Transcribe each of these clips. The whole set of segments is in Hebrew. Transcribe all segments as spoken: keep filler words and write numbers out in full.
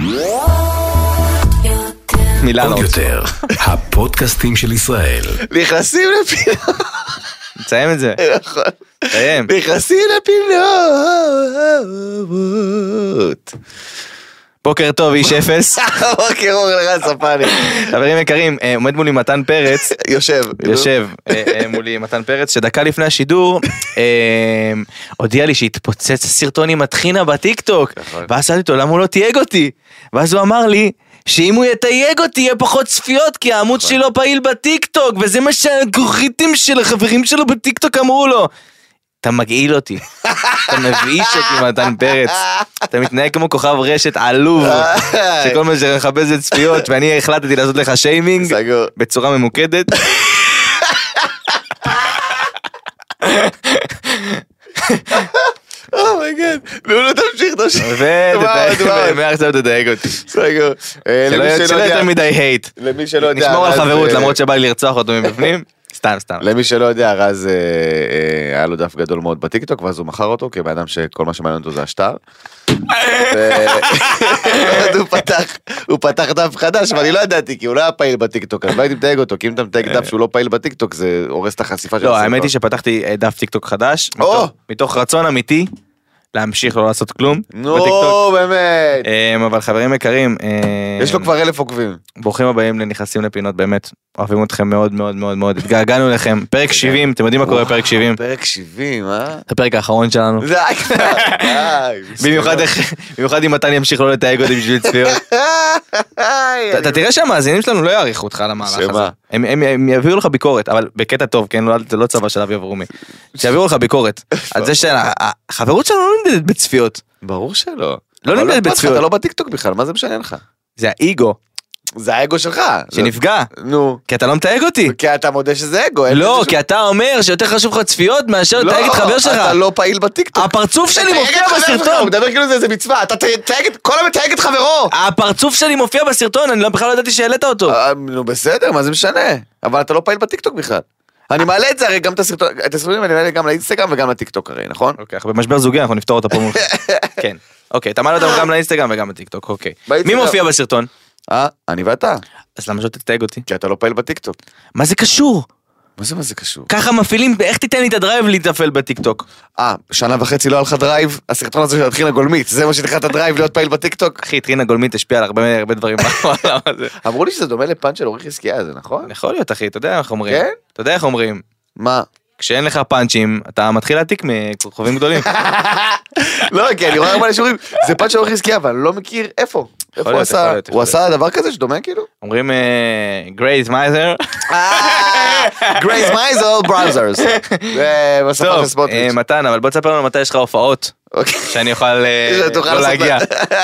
מילה עוד יותר, הפודקאסטים של ישראל. נכנסים לפינות. נציין את זה. נכון. נציין. נכנסים לפינות. בוקר טוב, איש אפס. בוקר אור לרז ספני. חברים יקרים, עומד מולי מתן פרץ. יושב. יושב מולי מתן פרץ, שדקה לפני השידור, הודיע לי שהתפוצץ סרטון עם הטחינה בטיקטוק. ואז שאלתי אותו, למה הוא לא תייג אותי? ואז הוא אמר לי, שאם הוא יתייג אותי יהיה פחות צפיות, כי העמוד שלי לא פעיל בטיקטוק, וזה מה שהאלגוריתם של החברים שלו בטיקטוק אמרו לו. אתה מגעיל אותי, אתה מבאיש אותי מתן פרץ, אתה מתנהג כמו כוכב רשת עלוב, שכל מה שרחבא זה צפיות, ואני החלטתי לעשות לך שיימינג, בצורה ממוקדת. אומייגד, נו לא תמשיך, תמשיך. ומעכשיו תדייג אותי. סגור. שלא יותר מדי הייט. למי שלא יודע. נשמור על חברות, למרות שבא לי לרצוח אותו מבפנים. סתם, סתם. למי שלא יודע, רז היה לו דף גדול מאוד בטיקטוק, ואז הוא מכר אותו, כבאדם שכל מה שמעניין אותו זה השטר. הוא פתח דף חדש, ואני לא ידעתי, כי הוא לא היה פעיל בטיקטוק, אז לא הייתי מתייג אותו, כי אם אתה מתייג דף שהוא לא פעיל בטיקטוק, זה הורס את החשיפה של הסרטון. לא, האמת היא שפתחתי דף טיקטוק חדש, מתוך רצון אמיתי, להמשיך לא לעשות כלום. נו, באמת. אבל חברים יקרים, יש לו כבר אלף עוקבים. ברוכים הבאים לנכנסים לפינות, באמת, אוהבים אתכם מאוד מאוד מאוד מאוד, התגעגענו לכם, פרק שבעים, אתם יודעים מה קורה בפרק שבעים? פרק שבעים, אה? זה הפרק האחרון שלנו. במיוחד אם מתן ימשיך לא לתייג אותי בשביל צפיות. אתה תראה שהמאזינים שלנו לא יעריכו אותך על המהלך הזה. הם יביאו לך ביקורת, אבל בקטע טוב, כן? זה לא צבא שלב יעברו מי. שיביאו לך ביקורת. על זה שהחברות שלנו לא נמדדת בצפיות. ברור שלא. לא נמדדת בצפיות. אתה לא בטיקטוק בכלל, מה זה משנה לך? זה האגו. זה האגו שלך. שנפגע. נו. כי אתה לא מתייג אותי. כי אתה מודה שזה אגו. לא, כי אתה אומר שיותר חשוב לך צפיות מאשר לתייג את חבר שלך. לא, אתה לא פעיל בטיקטוק. הפרצוף שלי מופיע בסרטון. הוא מדבר כאילו זה איזה מצווה. אתה תייג את, כל המתייג את חברו. הפרצוף שלי מופיע בסרטון, אני בכלל לא ידעתי שהעלית אותו. נו בסדר, מה זה משנה? אבל אתה לא פעיל בטיקטוק בכלל. אני מעלה את זה הרי גם את הסרטון, את הסרטונים אני מעלה גם לאינסטגרם וגם לטיקטוק הרי, נכון? אוקיי, במשבר זוגי אנחנו נפתור אותה פה מולך. כן. אוקיי, אתה מעלה אותם גם לאינסטגרם וגם לטיקטוק, אוקיי. מי מופיע בסרטון? אה, אני ואתה. אז למה שאתה תתייג אותי? כי אתה לא פעיל בטיקטוק. מה זה קשור? מה זה מה זה קשור? ככה מפעילים, איך תיתן לי את הדרייב להתאפל בטיקטוק? אה, שנה וחצי לא היה לך דרייב, הסרטון הזה של טחינה גולמית, זה מה שתקרא את הדרייב להיות פעיל בטיקטוק? אחי, טחינה גולמית השפיע על הרבה הרבה דברים בעולם הזה. אמרו לי שזה דומה לפאנץ' של אורי חזקיה, זה נכון? יכול להיות אחי, אתה יודע איך אומרים. כן? אתה יודע איך אומרים. מה? כשאין לך פאנצ'ים, אתה מתחיל להעתיק מכוכבים גדולים. לא, כי אני רואה הרבה אנשים, זה פאנץ' של אורי חזקיה, אבל אני לא מכיר איפה. איפה הוא עשה? הוא עשה דבר כזה שדומה כאילו? אומרים גרייז מייזר. גרייז מייזר בראוזרס. טוב, מתן, אבל בוא תספר לנו מתי יש לך הופעות. שאני אוכל לא להגיע.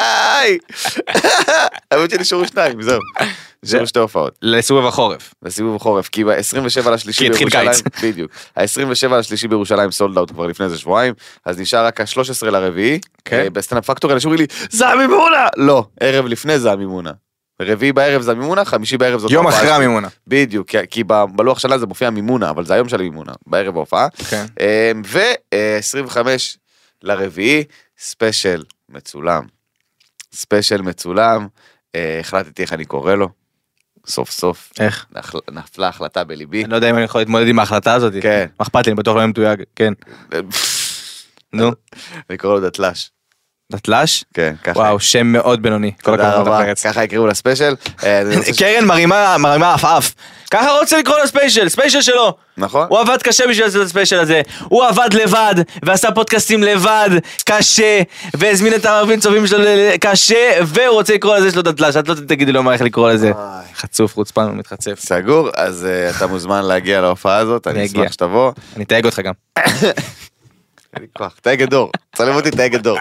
האמת שנשארו שניים, זהו. נשארו שתי הופעות. לסיבוב החורף. לסיבוב החורף, כי ב-עשרים ושבעה לשלישי בירושלים, בדיוק, ה-עשרים ושבעה לשלישי בירושלים סולד אאוט כבר לפני איזה שבועיים, אז נשאר רק ה-שלושה עשר לרביעי, בסטנדאפ פקטורי, אנשים אומרים לי, זה המימונה! לא, ערב לפני זה המימונה. רביעי בערב זה המימונה, חמישי בערב זאת יום אחרי המימונה. בדיוק, כי בלוח שלה זה מופיע מימונה, אבל זה היום של המימונה, בערב ההופעה. ו-עשרים וחמישה לרביעי, ספיישל מצולם. ספיישל מצולם, החלטתי איך אני קורא לו. סוף סוף. איך? נפלה החלטה בליבי. אני לא יודע אם אני יכול להתמודד עם ההחלטה הזאת. כן. מה אכפת לי, אני בטוח לא מתויג, כן. נו. אני קורא לו דתל"ש. דתל"ש? כן, ככה. וואו, שם מאוד בינוני. תודה רבה, ככה יקראו לספיישל. קרן מרימה אף אף. ככה רוצה לקרוא לו ספיישל, ספיישל שלו. נכון. הוא עבד קשה בשביל לעשות את הספיישל הזה. הוא עבד לבד, ועשה פודקאסטים לבד, קשה, והזמין את הערבים צופים שלו קשה, והוא רוצה לקרוא לזה שלו דתל"ש. את לא תגידי לו מה איך לקרוא לזה. חצוף, חוצפן ומתחצף. סגור, אז אתה מוזמן להגיע להופעה הזאת, אני אשמח שתבוא. אני אתייג אותך גם. אין לי כוח, תייג דור, צלם אותי תייג דור.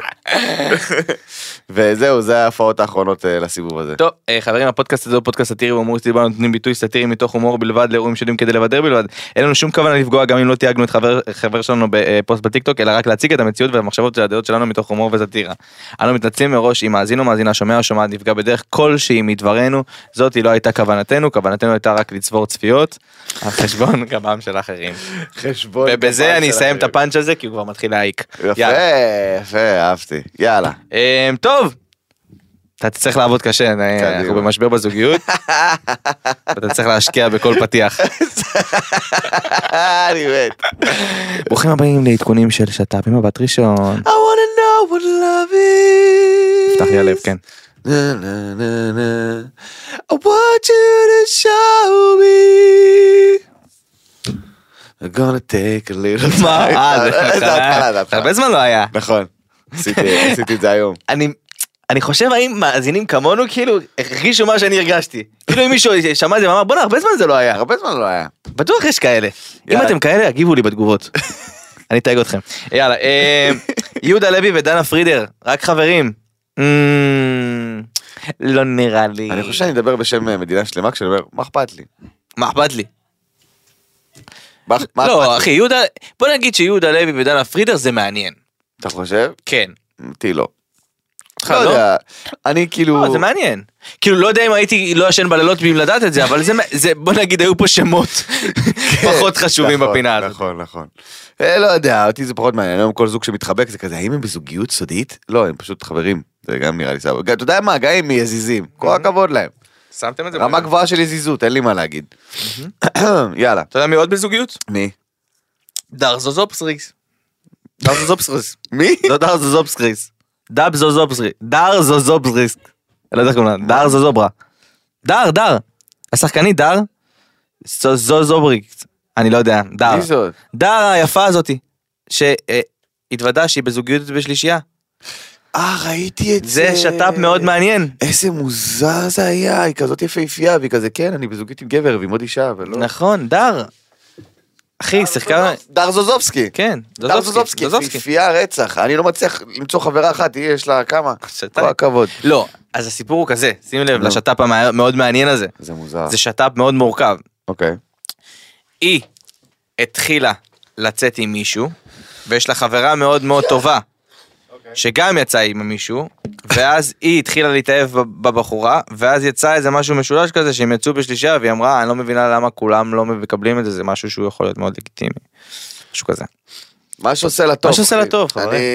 וזהו, זה ההופעות האחרונות לסיבוב הזה. טוב, חברים, הפודקאסט הזה הוא פודקאסט סאטירי והומור סטיבה, נותנים ביטוי סאטירי מתוך הומור בלבד לאירועים שונים כדי לבדר בלבד. אין לנו שום כוונה לפגוע גם אם לא תייגנו את חבר, חבר שלנו בפוסט בטיקטוק, אלא רק להציג את המציאות והמחשבות של הדעות שלנו מתוך הומור וסאטירה. אנו מתנצלים מראש אם מאזין או מאזינה שומע או שומעת נפגע בדרך כלשהי מדברנו, זאת היא לא הייתה כוונתנו, כוונתנו הייתה רק לצבור צפיות, על חשבון גבם של אחרים. חשבון ובזה אני אסיים את הפאנץ' הזה כי הוא כבר מתחיל להעיק. יפה, יפה, אהבתי. יאללה. טוב. אתה צריך לעבוד קשה, אנחנו במשבר בזוגיות, ואתה צריך להשקיע בכל פתיח. אני מת. ברוכים הבאים לעדכונים של שטאפ עם הבת ראשון. I wanna know what love is. פתח לי הלב, כן. Na, na, na, na. I want you to show me. I'm gonna take a little מה? time. אה, זה זה התחלה, זה התחלה. הרבה זמן לא היה. נכון, עשיתי עשיתי את זה היום. אני... אני חושב האם מאזינים כמונו כאילו הרגישו מה שאני הרגשתי. כאילו אם מישהו שמע את זה ואמר בוא'נה הרבה זמן זה לא היה. הרבה זמן לא היה. בטוח יש כאלה. אם יאללה. אתם כאלה הגיבו לי בתגובות. אני אתייג אתכם. יאללה. אה, יהודה לוי ודנה פרידר. רק חברים. Mm, לא נראה לי. אני חושב שאני מדבר בשם מדינה שלמה כשאני אומר, מה אכפת לי? מה אכפת לי? מה מה אכפת לא לי? אחי יהודה בוא נגיד שיהודה לוי ודנה פרידר זה מעניין. אתה חושב? כן. אותי לא. אותך לא לא? יודע, אני כאילו... לא, זה מעניין. כאילו לא יודע אם הייתי לא ישן בלילות בלי לדעת את זה, אבל זה, זה בוא נגיד היו פה שמות פחות חשובים נכון, בפינה הזאת. נכון, נכון. אה, לא יודע, אותי זה פחות מעניין, היום כל זוג שמתחבק זה כזה, האם הם בזוגיות סודית? לא, הם פשוט חברים, זה גם נראה לי סבבה. אתה יודע מה, גם אם יזיזים, כל הכבוד להם. שמתם את זה? רמה גבוהה של יזיזות, אין לי מה להגיד. יאללה. אתה יודע מי עוד בזוגיות? מי? דר זוזופסריס. דר זוזופסריס. מי? לא דר זוזופסריס. דאב זוזופסריס. דר זוזופסריס. אני לא יודע איך קוראים לה. דר זוזוברה. דר, דר. השחקנית דר. זוזובריס. אני לא יודע. דר. מי זאת? דר היפה הזאתי. שהתוודע שהיא בזוגיות בשלישייה. אה, ראיתי את זה. זה שטאפ מאוד מעניין. איזה מוזר זה היה, היא כזאת יפהפייה, והיא כזה, כן, אני בזוגיות עם גבר ועם עוד אישה, ולא... נכון, דר. אחי, שיחקה... דר זוזובסקי. כן, דר זוזובסקי, יפהפייה רצח, אני לא מצליח למצוא חברה אחת, יש לה כמה. כל הכבוד. לא, אז הסיפור הוא כזה, שים לב לשטאפ המאוד מעניין הזה. זה מוזר. זה שטאפ מאוד מורכב. אוקיי. היא התחילה לצאת עם מישהו, ויש לה חברה מאוד מאוד טובה, שגם יצאה עם מישהו, ואז היא התחילה להתאהב בבחורה, ואז יצא איזה משהו משולש כזה, שהם יצאו בשלישה, והיא אמרה, אני לא מבינה למה כולם לא מקבלים את זה, זה משהו שהוא יכול להיות מאוד לגיטימי. משהו כזה. מה שעושה לה טוב. מה שעושה לה טוב, חברים. אני...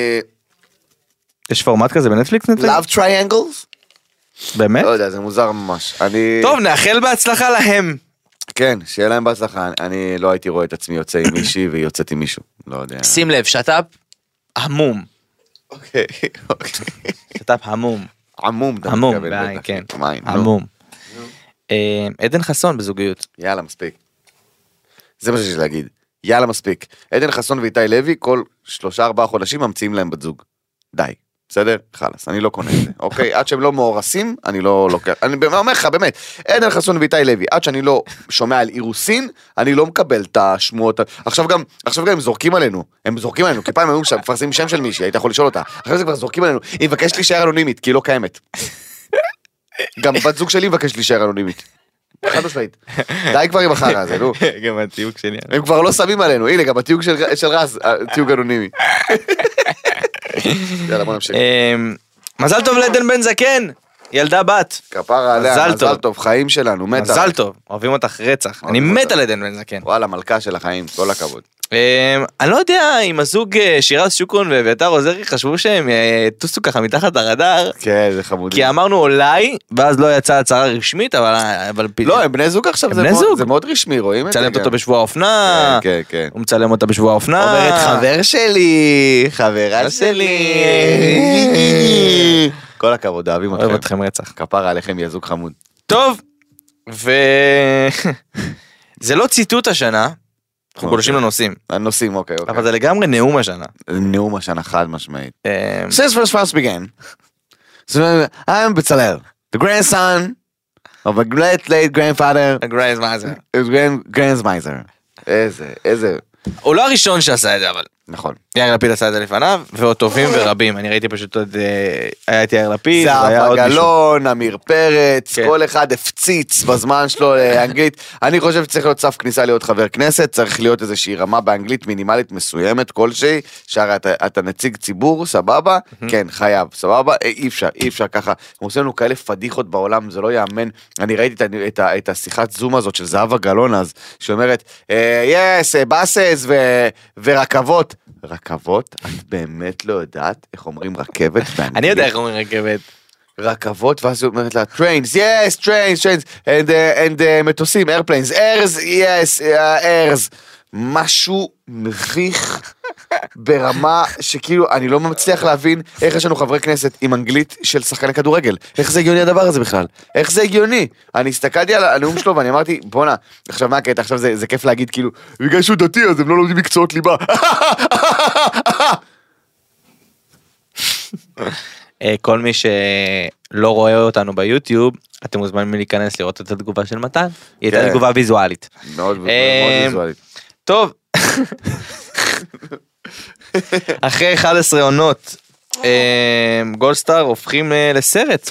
יש פורמט כזה בנטפליקס נטפליקס? Love Triangles? באמת? לא יודע, זה מוזר ממש. אני... טוב, נאחל בהצלחה להם. כן, שיהיה להם בהצלחה. אני לא הייתי רואה את עצמי יוצא עם מישהי, והיא יוצאת עם מישהו. לא יודע. שים לב, שטאפ המום. אוקיי, אוקיי. שטאפ המום. עמום. אתה המום, מתכוון, בעין, בטח. כן. מים, נו. המום. אה, עדן חסון בזוגיות. יאללה, מספיק. זה מה שיש לי להגיד. יאללה, מספיק. עדן חסון ואיתי לוי, כל שלושה ארבעה חודשים ממציאים להם בת זוג. די. בסדר? חלס, אני לא קונה את זה. אוקיי? עד שהם לא מאורסים, אני לא לוקח. אני אומר לך, באמת, עדן חסון ואיתי לוי, עד שאני לא שומע על אירוסין, אני לא מקבל את השמועות. עכשיו גם, עכשיו גם הם זורקים עלינו. הם זורקים עלינו, כי פעם הם מפרסמים שם של מישהי, היית יכול לשאול אותה. עכשיו זה כבר זורקים עלינו. היא מבקשת להישאר אנונימית, כי היא לא קיימת. גם בת זוג שלי מבקשת להישאר אנונימית. חד משמעית. די כבר עם החרא הזה, נו. גם התיוג שלי. הם כבר לא שמים עלינו. הנה, גם התיוג של רז, תיוג אנונימי. יאללה, בוא נמשיך. מזל טוב לעדן בן זקן, ילדה בת. כפרה עליה, מזל טוב, חיים שלנו, מתה. מזל טוב, אוהבים אותך רצח. אני מת על עדן בן זקן. וואלה, מלכה של החיים, כל הכבוד. אני לא יודע אם הזוג שירז שוקרון ואביתר עוזרי חשבו שהם טוסו ככה מתחת הרדאר. כן, זה חמודי. כי אמרנו אולי, ואז לא יצאה הצהרה רשמית, אבל... לא, הם בני זוג עכשיו, זה מאוד רשמי, רואים את זה. מצלמת אותו בשבוע האופנה. כן, כן. הוא מצלם אותה בשבוע האופנה. אומרת חבר שלי, חברה שלי. כל הכבוד, אוהבים אתכם. אוהב אתכם רצח. כפרה עליכם, יהיה זוג חמוד. טוב, ו... זה לא ציטוט השנה, אנחנו גולשים לנושאים. הנושאים, אוקיי, אוקיי. אבל זה לגמרי נאום השנה. נאום השנה חד משמעית. Since first first began, so I'm בצלאל, the grandson of a great late grandfather, a grandmother. grandmother. איזה, איזה. הוא לא הראשון שעשה את זה, אבל. נכון. יאיר לפיד עשה את זה לפניו, ועוד טובים ורבים. אני ראיתי פשוט עוד, היה את יאיר לפיד, זהבה גלאון, אמיר פרץ, כל אחד הפציץ בזמן שלו לאנגלית. אני חושב שצריך להיות סף כניסה להיות חבר כנסת, צריך להיות איזושהי רמה באנגלית מינימלית מסוימת כלשהי, שהרי אתה נציג ציבור, סבבה? כן, חייב, סבבה? אי אפשר, אי אפשר ככה. הם עושים לנו כאלה פדיחות בעולם, זה לא יאמן. אני ראיתי את השיחת זום הזאת של זהבה גלאון אז, שאומרת, יס, בסס ורכבות. רכבות? את באמת לא יודעת איך אומרים רכבת באנגלית? אני יודע איך אומרים רכבת. רכבות, ואז היא אומרת לה, trains, yes, trains, trains, and, uh, and uh, מטוסים, airplanes, airs, yes, uh, airs. משהו מביך ברמה שכאילו, אני לא מצליח להבין איך יש לנו חברי כנסת עם אנגלית של שחקני כדורגל. איך זה הגיוני הדבר הזה בכלל? איך זה הגיוני? אני הסתכלתי על הנאום שלו ואני אמרתי, בונה, עכשיו מה הקטע? עכשיו זה, זה כיף להגיד כאילו, בגלל שהוא דתי אז הם לא לומדים מקצועות ליבה. כל מי שלא רואה אותנו ביוטיוב, אתם מוזמנים להיכנס לראות את התגובה של מתן. היא הייתה תגובה ויזואלית. מאוד ויזואלית. טוב. אחרי אחת עשרה עונות, גולדסטאר הופכים לסרט.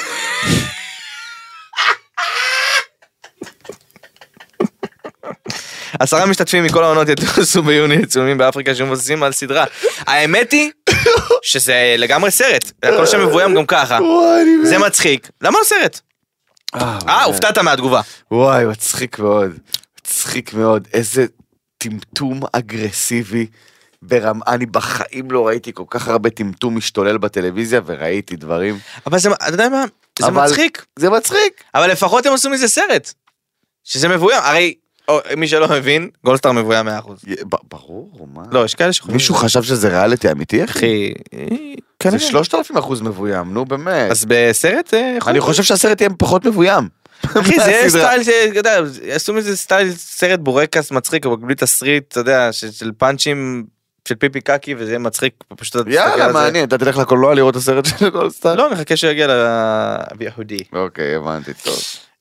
עשרה משתתפים מכל העונות יטוסו ביוני צילומים באפריקה שמבוססים על סדרה. האמת היא שזה לגמרי סרט, הכל שם מבוים גם ככה. זה מצחיק. למה לא סרט? אה, הופתעת מהתגובה. וואי, מצחיק מאוד. מצחיק מאוד. איזה טמטום אגרסיבי. ברמה, אני בחיים לא ראיתי כל כך הרבה טמטום משתולל בטלוויזיה, וראיתי דברים. אבל זה, אתה יודע מה? זה מצחיק. זה מצחיק. אבל לפחות הם עשו מזה סרט. שזה מבוים. הרי, או, מי שלא מבין, גולדסטאר מבוים מאה אחוז. ברור, מה? לא, יש כאלה שחושבים. מישהו חשב שזה ריאליטי אמיתי, אחי? אחי, זה שלושת אלפים אחוז מבוים, נו באמת. אז בסרט? אני חושב שהסרט יהיה פחות מבוים. אחי, זה סטייל, אתה יודע, עשו מזה סטייל סרט בורקס מצחיק, אבל בלי תסריט, אתה יודע, של פאנצ'ים, של פיפי קקי, וזה מצחיק, פשוט... יאללה, מעניין, אתה תלך לקולנוע לראות את הסרט של גולדסטאר? לא, נחכה שיגיע ליהודי. אוקיי, הבנתי, טוב.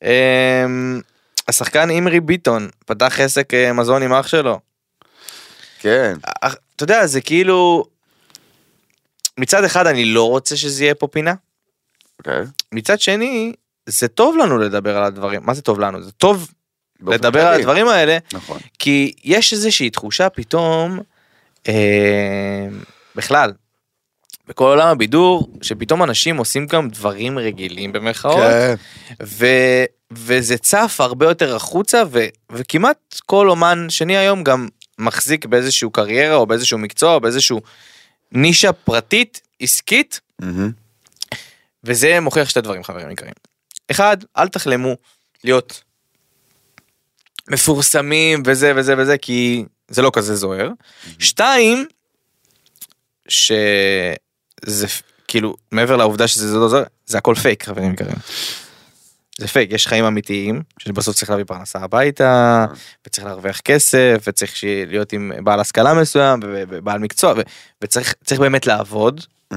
השחקן אימרי ביטון, פתח עסק מזון עם אח שלו. כן. אתה יודע, זה כאילו... מצד אחד אני לא רוצה שזה יהיה פה פינה. אוקיי. מצד שני, זה טוב לנו לדבר על הדברים. מה זה טוב לנו? זה טוב לדבר על הדברים האלה. נכון. כי יש איזושהי תחושה פתאום, אה, בכלל, בכל עולם הבידור, שפתאום אנשים עושים גם דברים רגילים במרכאות, כן. ו, וזה צף הרבה יותר החוצה, ו, וכמעט כל אומן שני היום גם מחזיק באיזשהו קריירה, או באיזשהו מקצוע, או באיזשהו נישה פרטית, עסקית, Mm-hmm. וזה מוכיח שתי דברים, חברים יקרים. אחד, אל תחלמו להיות מפורסמים וזה וזה וזה, כי זה לא כזה זוהר. שתיים, שזה כאילו, מעבר לעובדה שזה לא זוהר, זה הכל פייק, חברים יקרים. זה פייק, יש חיים אמיתיים, שבסוף צריך להביא פרנסה הביתה, וצריך להרוויח כסף, וצריך להיות עם בעל השכלה מסוים, ובעל מקצוע, וצריך באמת לעבוד.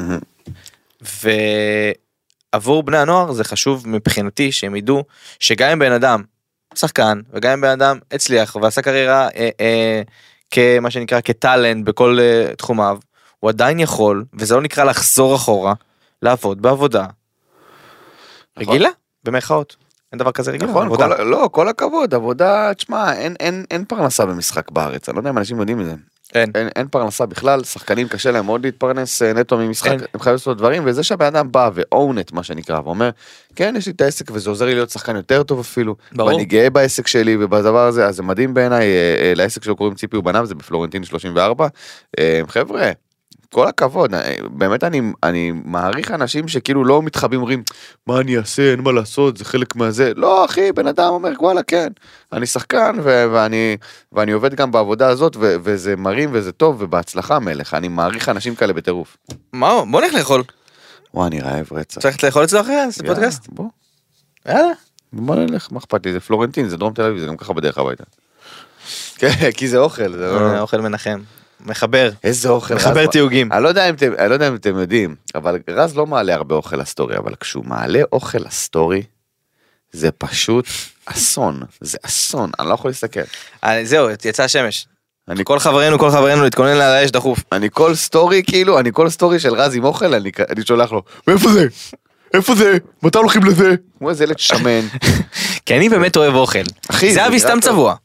ועבור בני הנוער זה חשוב מבחינתי שהם ידעו שגם אם בן אדם שחקן וגם אם בן אדם הצליח ועשה קריירה אה, אה, כמה שנקרא כטלנט בכל אה, תחומיו, הוא עדיין יכול, וזה לא נקרא לחזור אחורה, לעבוד בעבודה רגילה, במרכאות. אין דבר כזה רגילה. נכון, כל, לא, כל הכבוד, עבודה, תשמע, אין, אין, אין פרנסה במשחק בארץ, אני לא יודע אם אנשים יודעים את זה. אין. אין, אין פרנסה בכלל, שחקנים קשה להם מאוד להתפרנס נטו ממשחק, אין. הם חייבים לעשות דברים, וזה שהבן אדם בא ו-own it, מה שנקרא, ואומר, כן, יש לי את העסק, וזה עוזר לי להיות שחקן יותר טוב אפילו, ברור. ואני גאה בעסק שלי, ובדבר הזה, אז זה מדהים בעיניי, לעסק שלו קוראים ציפי ובניו, זה בפלורנטין שלושים וארבע, חבר'ה, כל הכבוד, באמת אני, אני מעריך אנשים שכאילו לא מתחבים, אומרים, מה אני אעשה, אין מה לעשות, זה חלק מהזה, לא אחי, בן אדם אומר, וואלה, כן, אני שחקן, ו- ואני, ואני עובד גם בעבודה הזאת, ו- וזה מרים, וזה טוב, ובהצלחה מלך, אני מעריך אנשים כאלה בטירוף. מה, בוא נלך לאכול. וואי, אני רעב רצח. צריך לאכול אצלו אחרי, זה פודקאסט? בוא. יאללה. בוא נלך, מה אכפת לי, זה פלורנטין, זה דרום תל אביב, זה גם ככה בדרך הביתה. כן, כי זה אוכל, זה לא... אוכל מנחם. מחבר. איזה אוכל. מחבר תיוגים. אני לא יודע אם אתם, אני לא יודע אם אתם יודעים, אבל רז לא מעלה הרבה אוכל לסטורי, אבל כשהוא מעלה אוכל לסטורי, זה פשוט אסון. זה אסון, אני לא יכול להסתכל. זהו, יצא השמש. כל חברינו, כל חברינו להתכונן על האש דחוף. אני כל סטורי, כאילו, אני כל סטורי של רז עם אוכל, אני שולח לו, מאיפה זה? איפה זה? מתי הולכים לזה? כמו איזה ילד שמן. כי אני באמת אוהב אוכל. זה אבי סתם צבוע.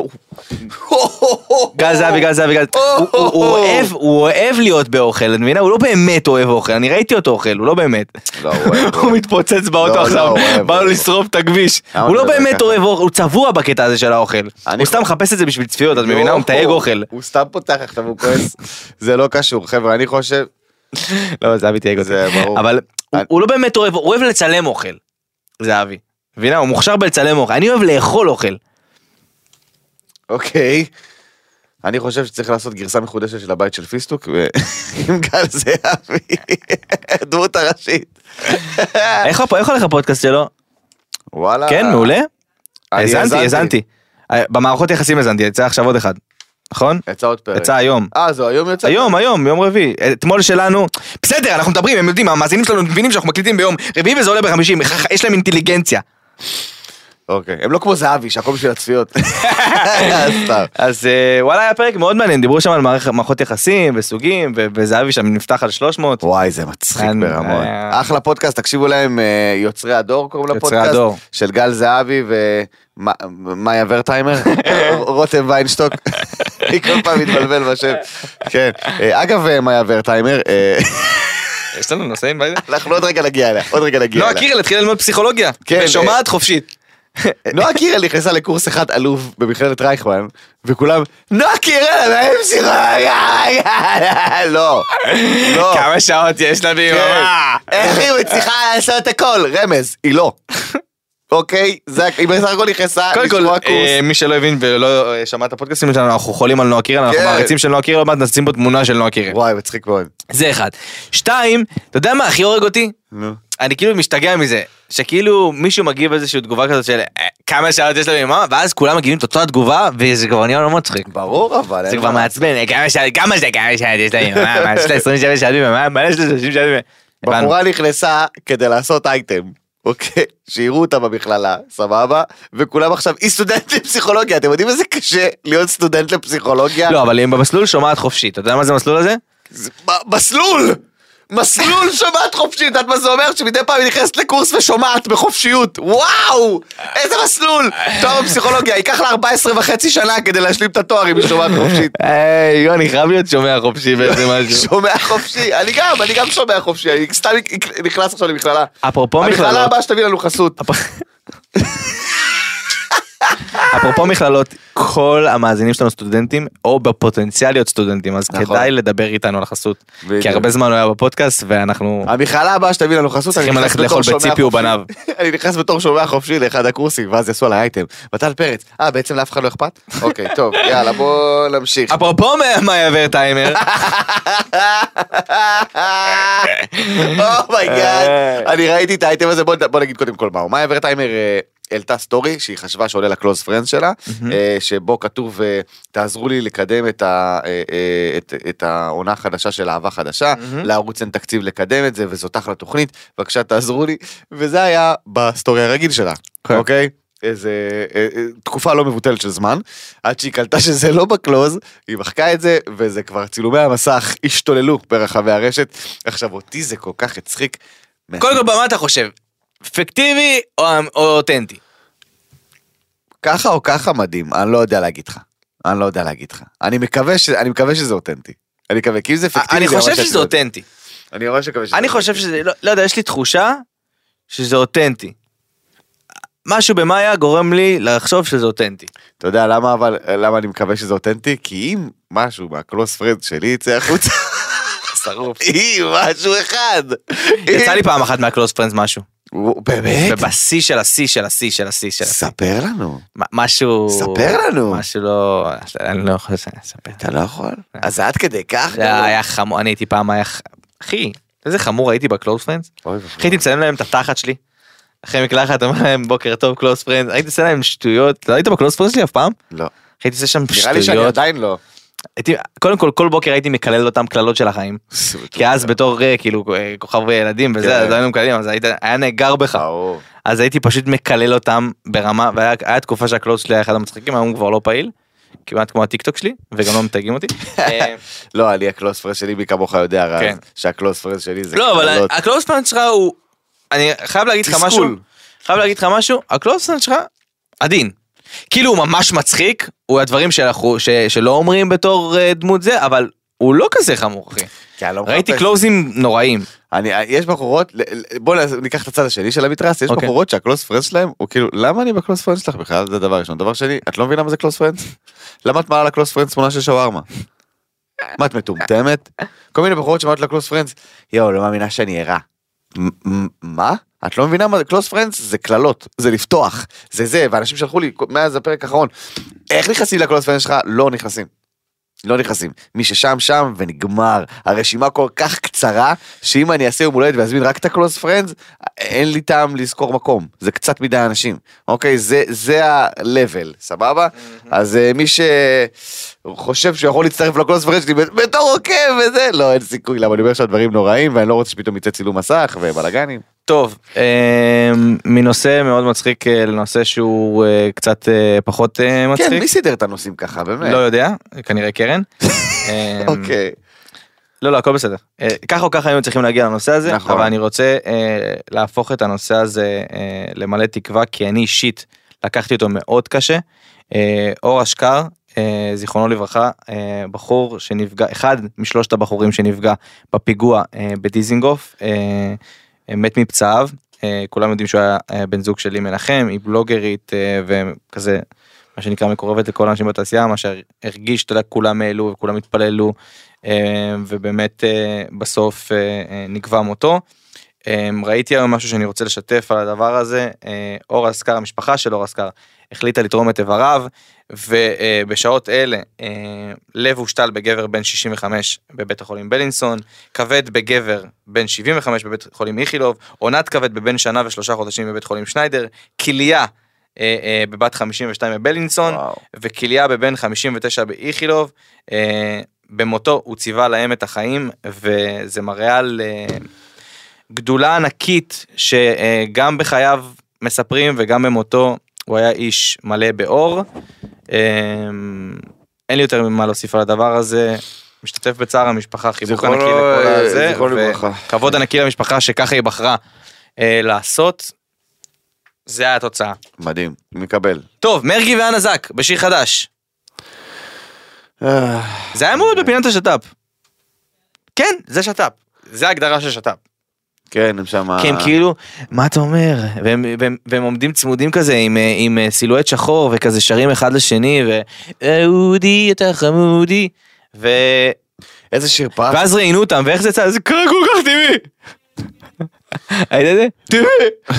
גל זהבי, גל זהבי, גל... הוא אוהב להיות באוכל, אני מבינה? הוא לא באמת אוהב אוכל, אני ראיתי אותו אוכל, הוא לא באמת. הוא מתפוצץ באוטו עכשיו, בא לו לשרוף את הכביש. הוא לא באמת אוהב אוכל, הוא צבוע בקטע הזה של האוכל. הוא סתם מחפש את זה בשביל צפיות, את מבינה? הוא מתייג אוכל. הוא סתם פותח עכשיו, הוא כועס. זה לא קשור, חבר'ה, אני חושב לא, זהבי תייג אותי. זה ברור. אבל הוא לא באמת אוהב, הוא אוהב לצלם אוכל. זהבי. מבינה? הוא מוכשר בלצלם אוכל. אני אוהב לאכול אוכל. אוקיי. אני חושב שצריך לעשות גרסה מחודשת של הבית של פיסטוק, ועם גל זהבי, דמות הראשית. איך הולך הפודקאסט שלו? וואלה. כן, מעולה? האזנתי, האזנתי. במערכות יחסים האזנתי, יצא עכשיו עוד אחד. נכון? יצא עוד פרק. יצא היום. אה, זו היום יצא? היום, היום, יום רביעי. אתמול שלנו, בסדר, אנחנו מדברים, הם יודעים, המאזינים שלנו מבינים שאנחנו מקליטים ביום רביעי וזה עולה בחמישים, יש להם אינטליגנציה. אוקיי, הם לא כמו זהבי, שהכל בשביל הצפיות. אז וואלה, היה פרק מאוד מעניין, דיברו שם על מערכות יחסים וסוגים, וזהבי שם נפתח על שלוש מאות. וואי, זה מצחיק ברמות. אחלה פודקאסט, תקשיבו להם, יוצרי הדור קוראים לפודקאסט, של גל זהבי ומאיה ורטהיימר, רותם ויינשטוק, היא כל פעם מתבלבל בשם. כן, אגב מאיה ורטהיימר, יש לנו נושאים בעצם? אנחנו עוד רגע נגיע אליה, עוד רגע נגיע אליה. נועה קירל התחילה ללמוד פסיכולוגיה, ושומעת חופשית. נועה קירל נכנסה לקורס אחד עלוב במכללת רייכמן, וכולם, נועה קירל, מה הם פסיכולוגיה? לא, לא. כמה שעות יש לה ביממה? איך היא מצליחה לעשות הכל? רמז, היא לא. אוקיי, היא בסך הכל נכנסה לשמוע קורס. מי שלא הבין ולא שמע את הפודקאסטים שלנו, אנחנו חולים על נועה קירל, אנחנו מעריצים של נועה קירל, עוד מעט נשים פה תמונה של נועה קירל. וואי, מצחיק מאוד. זה אחד. שתיים, אתה יודע מה הכי הורג אותי? אני כאילו משתגע מזה, שכאילו מישהו מגיב איזושהי תגובה כזאת של כמה שעות יש להם, ואז כולם מגיבים את אותה תגובה, וזה כבר נהיה לא מצחיק. ברור, אבל... זה כבר מעצבן, כמה שעות, כמה שעות, כמה שעות יש להם, מה, יש לה עשרים ושבע שעות, מה, מה יש לה שלושים שעות? בחורה נכנסה כדי לעשות אייטם, אוקיי? שיראו אותה במכללה, סבבה? וכולם עכשיו, היא סטודנט לפסיכולוגיה, אתם יודעים איזה קשה להיות סטודנט לפסיכולוגיה? לא, אבל אם במסלול שומעת חופשית, אתה יודע מה זה המסלול הזה? מסלול! מסלול שומעת חופשית, את יודעת מה זה אומר? שמדי פעם היא נכנסת לקורס ושומעת בחופשיות, וואו! איזה מסלול! תואר בפסיכולוגיה, ייקח לה ארבע עשרה וחצי שנה כדי להשלים את התואר אם היא שומעת חופשית. היי, אני חייב להיות שומע חופשי באיזה משהו. שומע חופשי, אני גם, אני גם שומע חופשי, אני סתם נכנס עכשיו למכללה. אפרופו מכללות. המכללה הבאה שתביא לנו חסות. אפרופו מכללות, כל המאזינים שלנו סטודנטים, או בפוטנציאליות סטודנטים, אז כדאי לדבר איתנו על החסות. כי הרבה זמן לא היה בפודקאסט, ואנחנו... המכללה הבאה שתביא לנו חסות, צריכים ללכת לאכול בציפי ובניו. אני נכנס בתור שומע חופשי לאחד הקורסים, ואז יעשו עליי אייטם. בטל פרץ, אה, בעצם לאף אחד לא אכפת? אוקיי, טוב, יאללה, בוא נמשיך. אפרופו מאיה ורטהיימר. אומייגאד, אני ראיתי את האייטם הזה, בוא נגיד קודם כל מהו. מאיה ורטהיימר העלתה סטורי שהיא חשבה שעולה לקלוז פרנדס שלה, שבו כתוב תעזרו לי לקדם את העונה החדשה של אהבה חדשה, לערוץ אין תקציב לקדם את זה וזאת אחלה תוכנית, בבקשה תעזרו לי, וזה היה בסטורי הרגיל שלה, אוקיי? איזה תקופה לא מבוטלת של זמן, עד שהיא קלטה שזה לא בקלוז, היא מחקה את זה, וזה כבר צילומי המסך השתוללו ברחבי הרשת. עכשיו אותי זה כל כך הצחיק. קודם כל, במה אתה חושב? פיקטיבי או אותנטי? ככה או ככה מדהים, אני לא יודע להגיד לך. אני לא יודע להגיד לך. אני מקווה ש... אני מקווה שזה אותנטי. אני מקווה, כי אם זה פיקטיבי... אני חושב שזה אותנטי. אני ממש מקווה שזה... אני חושב שזה... לא יודע, יש לי תחושה שזה אותנטי. משהו במאיה גורם לי לחשוב שזה אותנטי. אתה יודע למה, אבל למה אני מקווה שזה אותנטי? כי אם משהו מהקלוס פרנד שלי יצא החוצה, שרוף. אם משהו אחד. יצא לי פעם אחת מהקלוס פרנד משהו. באמת? ובשיא של השיא של השיא של השיא של השיא. ספר לנו. משהו... ספר לנו. משהו לא... אני לא יכול לספר. אתה לא יכול? אז עד כדי כך? זה היה חמור, אני הייתי פעם, היה... אחי, איזה חמור הייתי בקלוס פרנד? הייתי מצלם להם את התחת שלי. אחרי מקלחת, אומר להם בוקר טוב קלוס פרנד, הייתי עושה להם שטויות, לא היית בקלוס פרנד שלי אף פעם? לא. הייתי עושה שם שטויות. נראה לי שאני עדיין לא. קודם כל, כל בוקר הייתי מקלל אותם קללות של החיים, כי אז בתור כאילו כוכב ילדים וזה, אז היינו מקללים, אז היה נאגר בך, אז הייתי פשוט מקלל אותם ברמה, והיה תקופה שהקלוס שלי היה אחד המצחיקים, היום הוא כבר לא פעיל, כמעט כמו הטיקטוק שלי, וגם לא מתייגים אותי. לא, אני הקלוס פרנד שלי, מי כמוך יודע רז, שהקלוס פרנד שלי זה קללות. לא, אבל הקלוס פרנד שלך הוא, אני חייב להגיד לך משהו, חייב להגיד לך משהו, הקלוס פרנד שלך עדין. כאילו הוא ממש מצחיק, הוא הדברים שאנחנו, ש, שלא אומרים בתור uh, דמות זה, אבל הוא לא כזה חמור, אחי. ראיתי קלוזים נוראים. אני, יש בחורות, בואו ניקח את הצד השני של המתרס, יש okay. בחורות שהקלוז פרנדס שלהם, הוא כאילו, למה אני בקלוז פרנדס שלך בכלל? זה דבר ראשון. דבר שני, את לא מבינה מה זה קלוז פרנדס? למה את מעלה לקלוז פרנדס תמונה של שווארמה? מה את מטומטמת? כל מיני בחורות שמעת לקלוס פרנדס, יואו, לא מאמינה שאני ערה. מה? את לא מבינה מה, קלוס פרנדס זה כללות, זה לפתוח, זה זה, ואנשים שלחו לי מאז הפרק האחרון, איך נכנסים לקלוס פרנדס שלך? לא נכנסים. לא נכנסים. מי ששם שם ונגמר. הרשימה כל כך קצרה, שאם אני אעשה יום הולדת ואזמין רק את הקלוס פרנדס, אין לי טעם לזכור מקום. זה קצת מדי אנשים. אוקיי, זה, זה ה-level, סבבה? אז מי שחושב שהוא יכול להצטרף לקלוס פרנדס שלי בתור עוקב וזה, לא, אין סיכוי. למה אני אומר שהדברים נוראים, ואני לא רוצה שפתאום יצא צילום מסך ובלגנים. טוב, מנושא מאוד מצחיק לנושא שהוא קצת פחות מצחיק. כן, מי סידר את הנושאים ככה, באמת? לא יודע, כנראה קרן. אוקיי. לא, לא, הכל בסדר. ככה או ככה היינו צריכים להגיע לנושא הזה, אבל אני רוצה להפוך את הנושא הזה למלא תקווה, כי אני אישית לקחתי אותו מאוד קשה. אור אשכר, זיכרונו לברכה, בחור שנפגע, אחד משלושת הבחורים שנפגע בפיגוע בדיזינגוף, מת מפצעיו, כולם יודעים שהוא היה בן זוג שלי מנחם, היא בלוגרית וכזה, מה שנקרא מקורבת לכל האנשים בתעשייה, מה שהרגיש, אתה יודע, כולם העלו וכולם התפללו, ובאמת בסוף נקבע מותו. ראיתי היום משהו שאני רוצה לשתף על הדבר הזה, אור אשכר, המשפחה של אור אשכר, החליטה לתרום את איבריו, ובשעות אלה, לב הושתל בגבר בן שישים וחמש בבית החולים בלינסון, כבד בגבר בן שבעים וחמש בבית חולים איכילוב, עונת כבד בבן שנה ושלושה חודשים בבית חולים שניידר, כליה בבת חמישים ושתיים בבלינסון, וכליה בבן חמישים ותשע באיכילוב, במותו הוא ציווה להם את החיים, וזה מראה על גדולה ענקית, שגם בחייו מספרים וגם במותו, הוא היה איש מלא באור. אין לי יותר ממה להוסיף על הדבר הזה. משתתף בצער המשפחה, חיבוק ענקי לכל הזה, וכבוד ענקי למשפחה שככה היא בחרה לעשות. זה היה התוצאה. מדהים, מקבל. טוב, מרגי ואנה זק, בשיר חדש. זה היה מאוד בפינת השטאפ. כן, זה שטאפ. זה ההגדרה של שטאפ. כן, הם שם... כן, כאילו, מה אתה אומר? והם, והם, והם עומדים צמודים כזה עם, עם סילואט שחור וכזה שרים אחד לשני, ואודי, אתה חמודי, ו... איזה שיר פח. ואז ראינו אותם, ואיך זה צע, זה קרה כל כך טבעי. היית את זה? טבעי.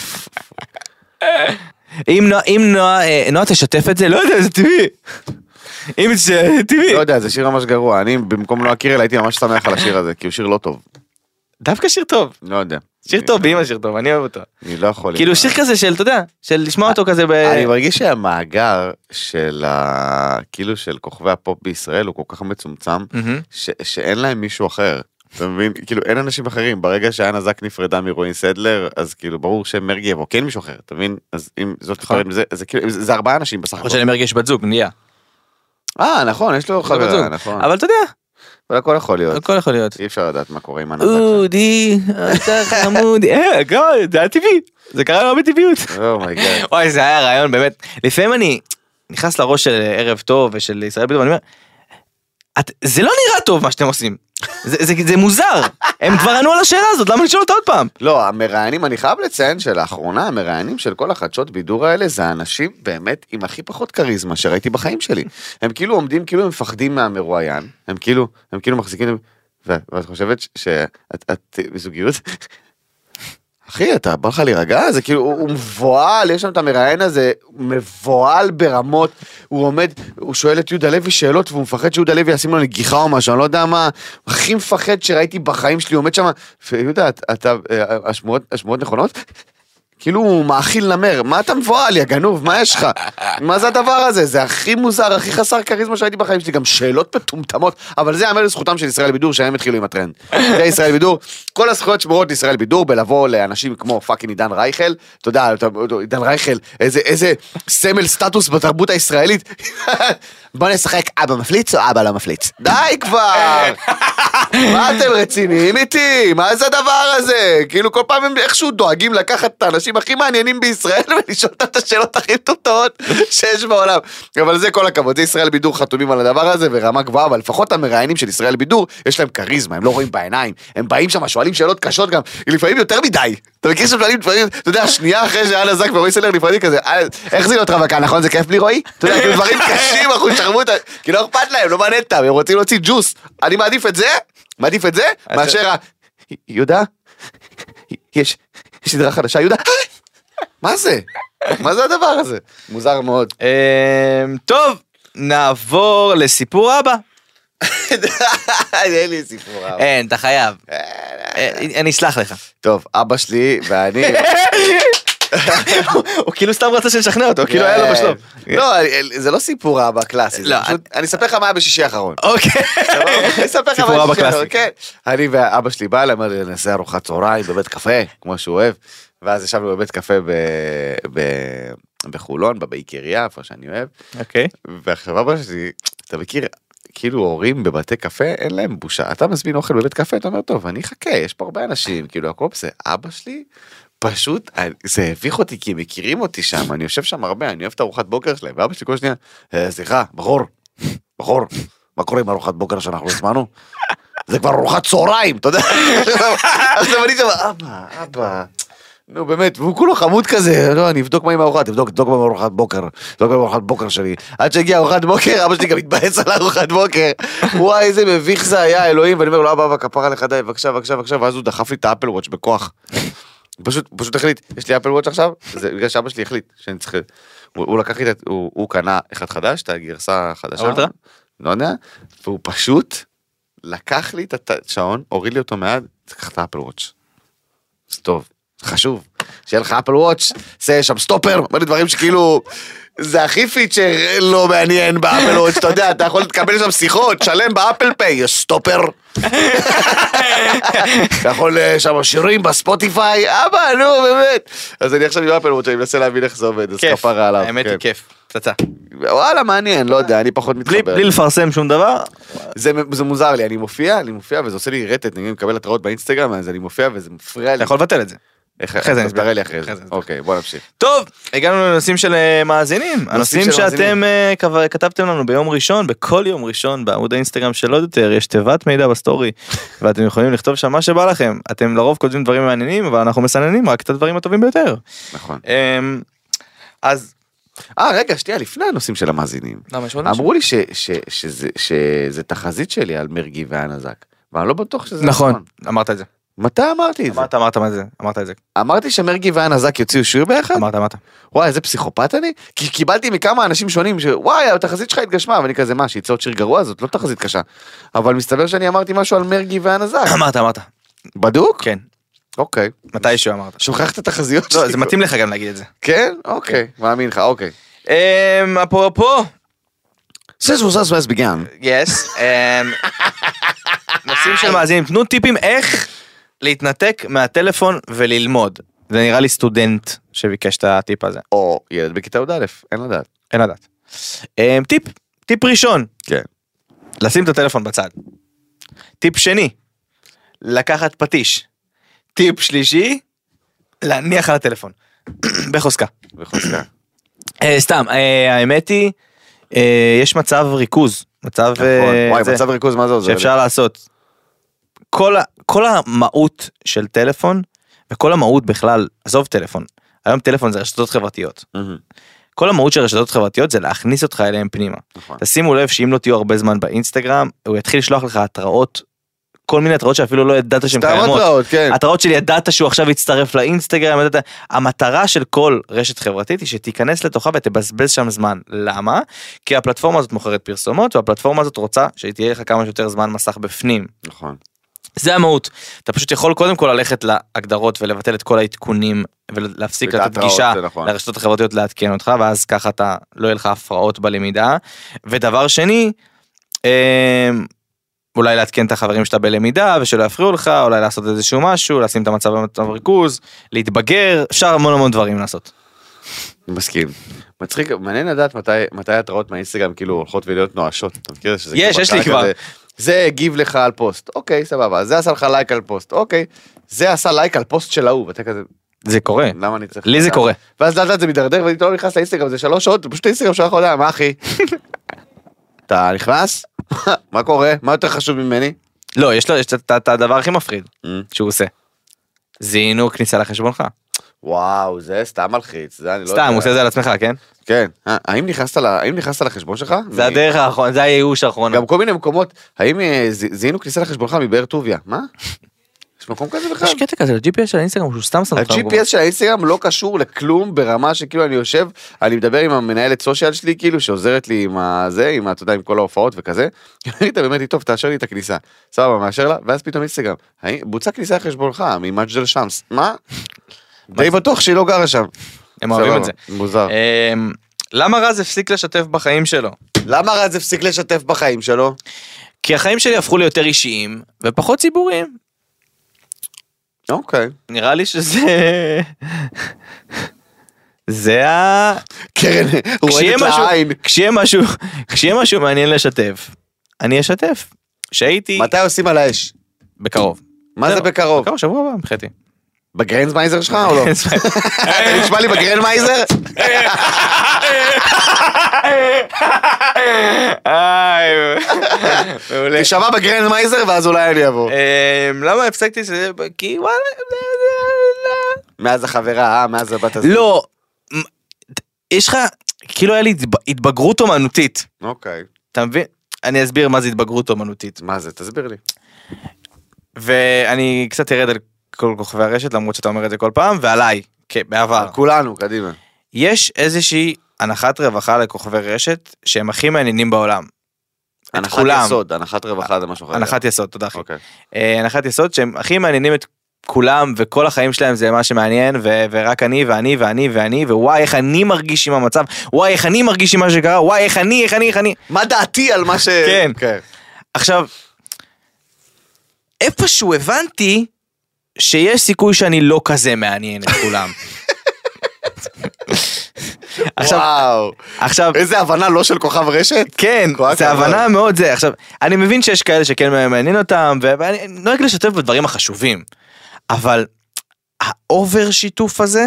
אם נועה תשתף את זה, לא יודע, זה טבעי. אם זה טבעי. לא יודע, זה שיר ממש גרוע. אני במקום נועה קירל הייתי ממש שמח על השיר הזה, כי הוא שיר לא טוב. דווקא שיר טוב. לא יודע. שיר טוב, באמא שיר טוב, אני אוהב אותו. אני לא יכול. כאילו שיר כזה של, אתה יודע, של לשמוע אותו כזה ב... אני מרגיש שהמאגר של ה... כאילו של כוכבי הפופ בישראל הוא כל כך מצומצם, שאין להם מישהו אחר. אתה מבין? כאילו אין אנשים אחרים. ברגע שאנה זק נפרדה מרועי סדלר, אז כאילו ברור שמרגי יבוא, כן מישהו אחר, אתה מבין? אז אם זאת תפרד מזה, זה ארבעה אנשים בסך הכל. או שלמרגי יש בת זוג, נהיה. אה, נכון, יש לו חברה, נכון. אבל אתה יודע. אבל הכל יכול להיות. הכל יכול להיות. אי אפשר לדעת מה קורה עם אנה זק. אודי, אתה חמודי. אה, גוד, זה היה טבעי. זה קרה לא בטבעיות. אומייגאד. וואי, זה היה רעיון, באמת. לפעמים אני נכנס לראש של ערב טוב ושל ישראל ביטון, ואני אומר, זה לא נראה טוב מה שאתם עושים. זה מוזר. הם כבר ענו על השאלה הזאת, למה לשאול אותה עוד פעם? לא, המראיינים, אני חייב לציין שלאחרונה, המראיינים של כל החדשות בידור האלה, זה האנשים באמת עם הכי פחות קריזמה שראיתי בחיים שלי. הם כאילו עומדים, כאילו הם מפחדים מהמרואיין, הם כאילו, הם כאילו מחזיקים, ואת חושבת שאת בזוגיות? אחי, אתה בא לך להירגע? זה כאילו, הוא מבועל, יש שם את המראיין הזה, מבועל ברמות, הוא עומד, הוא שואל את יהודה לוי שאלות, והוא מפחד שיהודה לוי ישים לו נגיחה או משהו, אני לא יודע מה, הכי מפחד שראיתי בחיים שלי, הוא עומד שם, ויהודה, אתה, השמועות, השמועות נכונות? כאילו הוא מאכיל נמר, מה אתה מבועל, יא גנוב, מה יש לך? מה זה הדבר הזה? זה הכי מוזר, הכי חסר קריזמה שהייתי בחיים שלי, גם שאלות מטומטמות, אבל זה יאמר לזכותם של ישראל בידור, שהם התחילו עם הטרנד. זה ישראל בידור, כל הזכויות שמורות לישראל בידור, בלבוא לאנשים כמו פאקינג עידן רייכל, אתה יודע, עידן רייכל, איזה, איזה סמל סטטוס בתרבות הישראלית, בוא נשחק אבא מפליץ או אבא לא מפליץ? די כבר! מה אתם רציניים איתי? מה זה הדבר הזה? כאילו כל פעם הם איכשהו דואגים לקחת את האנשים הכי מעניינים בישראל ולשאול אותם את השאלות הכי טוטות שיש בעולם. אבל זה כל הכבוד, זה ישראל בידור חתומים על הדבר הזה ורמה גבוהה, אבל לפחות המראיינים של ישראל בידור, יש להם קריזמה, הם לא רואים בעיניים, הם באים שם, שואלים שאלות קשות גם, לפעמים יותר מדי. אתה מכיר שם שואלים דברים, אתה יודע, שנייה אחרי שאנה זק ורועי סלר נפרדים כזה, איך זה להיות רווקה, נכון? זה כיף בלי רועי? אתה יודע, כאילו דברים קשים, אחוז שרמות, כי לא אכפת להם, לא מעניין אותם, הם רוצים להוציא ג'וס. אני מעדיף את זה, מעדיף את זה, מאשר ה... יהודה? יש סדרה חדשה, יהודה? מה זה? מה זה הדבר הזה? מוזר מאוד. טוב, נעבור לסיפור אבא. אין לי סיפור אבא. אין, אתה חייב. אני אסלח לך. טוב, אבא שלי ואני... הוא כאילו סתם רצה שנשכנע אותו, כאילו היה לו בשלום. לא, זה לא סיפור אבא קלאסי, אני אספר לך מה היה בשישי האחרון. אוקיי. סיפור אבא קלאסי. אני ואבא שלי בא, אמר לי, נעשה ארוחת צהריים בבית קפה, כמו שהוא אוהב, ואז ישבנו בבית קפה בחולון, בביקריה, איפה שאני אוהב. אוקיי. ועכשיו אבא שלי, אתה מכיר, כאילו הורים בבתי קפה, אין להם בושה. אתה מזמין אוכל בבית קפה, אתה אומר, טוב, אני אחכה, יש פה הרבה אנשים, כאילו, הכל בסדר. אבא שלי, פשוט, זה הביך אותי, כי הם מכירים אותי שם, אני יושב שם הרבה, אני אוהב את ארוחת בוקר שלהם, ואבא שלי כל שנייה, סליחה, בחור, בחור, מה קורה עם ארוחת בוקר שאנחנו הזמנו? זה כבר ארוחת צהריים, אתה יודע? עכשיו אני שם, אבא, אבא, נו באמת, והוא כולו חמוד כזה, לא, אני אבדוק מה עם הארוחת, תבדוק, תבדוק מה עם ארוחת בוקר, תבדוק מה עם ארוחת בוקר שלי, עד שהגיע ארוחת בוקר, אבא שלי גם התבאס על ארוחת בוקר, וואי, איזה מביך זה היה, אלוהים, ואני אומר לו, אבא, אבא, כפרה לך די, בבקשה, בבקשה, בבקשה, ואז הוא דחף לי את האפל וואץ' בכוח. פשוט, פשוט החליט, יש לי אפל וואץ' עכשיו, זה בגלל שאבא שלי החליט, שאני צריך, הוא, הוא לקח לי, הוא, הוא קנה אחד חדש, את הגרסה החדשה, לא יודע, והוא פשוט לקח לי את השעון, הוריד לי אותו מעד, לקח את האפל וואץ'. זה טוב, חשוב, שיהיה לך אפל וואץ', זה שם סטופר, מלא דברים שכאילו, זה הכי פיצ'ר לא מעניין באפל וואץ', אתה יודע, אתה יכול לקבל שם שיחות, שלם באפל פיי, יש סטופר. אתה יכול שם שירים בספוטיפיי, אבא, נו, באמת. אז אני עכשיו עם אפל וואץ', אני מנסה להבין איך זה עובד, אז כפרה עליו. האמת היא כיף, פצצה. וואלה, מעניין, לא יודע, אני פחות מתחבר. בלי לפרסם שום דבר. זה מוזר לי, אני מופיע, אני מופיע, וזה עושה לי רטט, אני מקבל התראות באינסטגרם, אז אני מופיע וזה מפריע לי. אתה יכול לבטל את זה. אחרי זה נסבר לי אחרי זה. אוקיי, בוא נמשיך. טוב, הגענו לנושאים של מאזינים. הנושאים שאתם כתבתם לנו ביום ראשון, בכל יום ראשון, בעמוד האינסטגרם של עוד יותר, יש תיבת מידע בסטורי, ואתם יכולים לכתוב שם מה שבא לכם. אתם לרוב כותבים דברים מעניינים, אבל אנחנו מסננים רק את הדברים הטובים ביותר. נכון. אז... אה, רגע, שתהיה, לפני הנושאים של המאזינים. אמרו לי שזה תחזית שלי על מרגי והנזק, ואני לא בטוח שזה נכון. נכון, אמרת את זה. מתי אמרתי את זה? אמרת, אמרת, אמרת, אמרת את זה. אמרתי שמרגי והנזק יוציאו שיר ביחד? אמרת, אמרת. וואי, איזה פסיכופת אני? כי קיבלתי מכמה אנשים שונים שוואי, התחזית שלך התגשמה, ואני כזה, מה, שיצא עוד שיר גרוע? זאת לא תחזית קשה. אבל מסתבר שאני אמרתי משהו על מרגי והנזק. אמרת, אמרת. בדוק? כן. אוקיי. מתישהו אמרת. שוכח את התחזיות שלי. לא, זה מתאים לך גם להגיד את זה. כן? אוקיי. מאמין לך, אוקיי. אפרופו. Since was us was began. Yes. נושאים של מאזינים, תנו טיפים איך להתנתק מהטלפון וללמוד. זה נראה לי סטודנט שביקש את הטיפ הזה. או ילד בכיתה י"א, אין לדעת. אין לדעת. טיפ, טיפ ראשון. כן. לשים את הטלפון בצד. טיפ שני, לקחת פטיש. טיפ שלישי, להניח על הטלפון. בחוזקה. בחוזקה. סתם, האמת היא, יש מצב ריכוז. מצב... וואי, מצב ריכוז, מה זה עוזר? שאפשר לעשות. כל, כל המהות של טלפון, וכל המהות בכלל, עזוב טלפון, היום טלפון זה רשתות חברתיות. כל המהות של רשתות חברתיות זה להכניס אותך אליהם פנימה. תשימו לב שאם לא תהיו הרבה זמן באינסטגרם, הוא יתחיל לשלוח לך התראות, כל מיני התראות שאפילו לא ידעת שהן קיימות. התראות של ידעת שהוא עכשיו יצטרף לאינסטגרם, ידעת. המטרה של כל רשת חברתית היא שתיכנס לתוכה ותבזבז שם זמן. למה? כי הפלטפורמה הזאת מוכרת פרסומות, והפלטפורמה הזאת רוצה שתהיה לך כמה שיותר זמן מסך בפנים. נכון. זה המהות. אתה פשוט יכול קודם כל ללכת להגדרות ולבטל את כל העדכונים ולהפסיק לתת גישה לרשתות החברתיות לעדכן אותך, ואז ככה אתה לא יהיה לך הפרעות בלמידה. ודבר שני, אולי להתקן את החברים שאתה בלמידה ושלא יפריעו לך, אולי לעשות איזשהו משהו, לשים את המצב במצב ריכוז, להתבגר, אפשר המון המון דברים לעשות. מסכים. מצחיק, מעניין לדעת מתי, מתי התראות מהאינסטגרם כאילו הולכות ולהיות נואשות. אתה מכיר שזה יש, יש לי כבר. זה הגיב לך על פוסט, אוקיי, סבבה, זה עשה לך לייק על פוסט, אוקיי, זה עשה לייק על פוסט של ההוא, ואתה כזה, זה קורה. למה אני צריך... לי זה קורה. ואז לאט לאט זה מדרדר, ואני לא נכנס לאינסטגרם, זה שלוש שעות, פשוט האינסטגרם שלך יודע, מה אחי? אתה נכנס? מה קורה? מה יותר חשוב ממני? לא, יש לו, יש את הדבר הכי מפחיד שהוא עושה. זיהינו כניסה לחשבונך. וואו, זה סתם מלחיץ, זה אני לא יודע. סתם, הוא עושה זה על עצמך, כן? כן. האם נכנסת ל- האם נכנסת לחשבון שלך? זה הדרך האחרונה, זה הייאוש האחרון. גם כל מיני מקומות, האם אה, ז- זיהינו כניסה לחשבונך מבאר טוביה? מה? יש מקום כזה בכלל? יש קטע כזה, ה-ג'י פי אס של האינסטגרם שהוא סתם שם אותך. ה-ג'י פי אס של האינסטגרם לא קשור לכלום ברמה שכאילו אני יושב, אני מדבר עם המנהלת סושיאל שלי כאילו שעוזרת לי עם הזה, עם, אתה יודע, עם כל ההופעות וכזה. היא באמת לי טוב, תאשר לי את הכניסה. סבבה, מאשר לה, ואז פתאום אינסטגרם. האם- בוצע כניסה לחשבונך ממג'דל שמס. מה? די בטוח שהיא לא גרה שם. הם אוהבים סבבה, את זה. מוזר. אמ, למה רז הפסיק לשתף בחיים שלו? למה רז הפסיק לשתף בחיים שלו? כי החיים שלי הפכו ליותר אישיים ופחות ציבוריים. אוקיי. נראה לי שזה... זה ה... קרן, הוא רואה כשיהיה את משהו- העין. כשיהיה משהו, כשיהיה משהו מעניין לשתף, אני אשתף. שהייתי מתי עושים על האש? בקרוב. מה זה זהו, בקרוב? בקרוב, שבוע הבא, מבחינתי. בגרנדמייזר שלך או לא? אתה נשמע לי בגרנדמייזר? מעולה. תשמע בגרנדמייזר ואז אולי אני אבוא. אמ, למה הפסקתי את זה? כי וואלה... מאז החברה, אה? מאז הבת הזאת. לא, מ- יש לך, כאילו היה לי התב- התבגרות אומנותית. אוקיי. אתה מבין? אני אסביר מה זה התבגרות אומנותית. מה זה? תסביר לי. ואני קצת ארד על כל כוכבי הרשת, למרות שאתה אומר את זה כל פעם, ועליי, כן, בעבר. כולנו, קדימה. יש איזושהי הנחת רווחה לכוכבי רשת, שהם הכי מעניינים בעולם. את הנחת כולם. יסוד, הנחת רווחה זה משהו אחר. הנחת יסוד, תודה אחי. אוקיי. אה, הנחת יסוד שהם הכי מעניינים את כולם, וכל החיים שלהם זה מה שמעניין, ו- ורק אני, ואני, ואני, ואני, ווואי, איך אני מרגיש עם המצב, וואי, איך אני מרגיש עם מה שקרה, וואי, איך אני, איך אני, איך אני. מה דעתי על מה ש... כן. כן. עכשיו, איפשהו הבנתי שיש סיכוי שאני לא כזה מעניין את כולם. עכשיו, וואו. עכשיו, איזה הבנה לא של כוכב רשת? כן, כל זה הכבוד. הבנה מאוד זה. עכשיו, אני מבין שיש כאלה שכן מעניין אותם, ו- ואני נוהג לשתף בדברים החשובים, אבל האובר שיתוף הזה,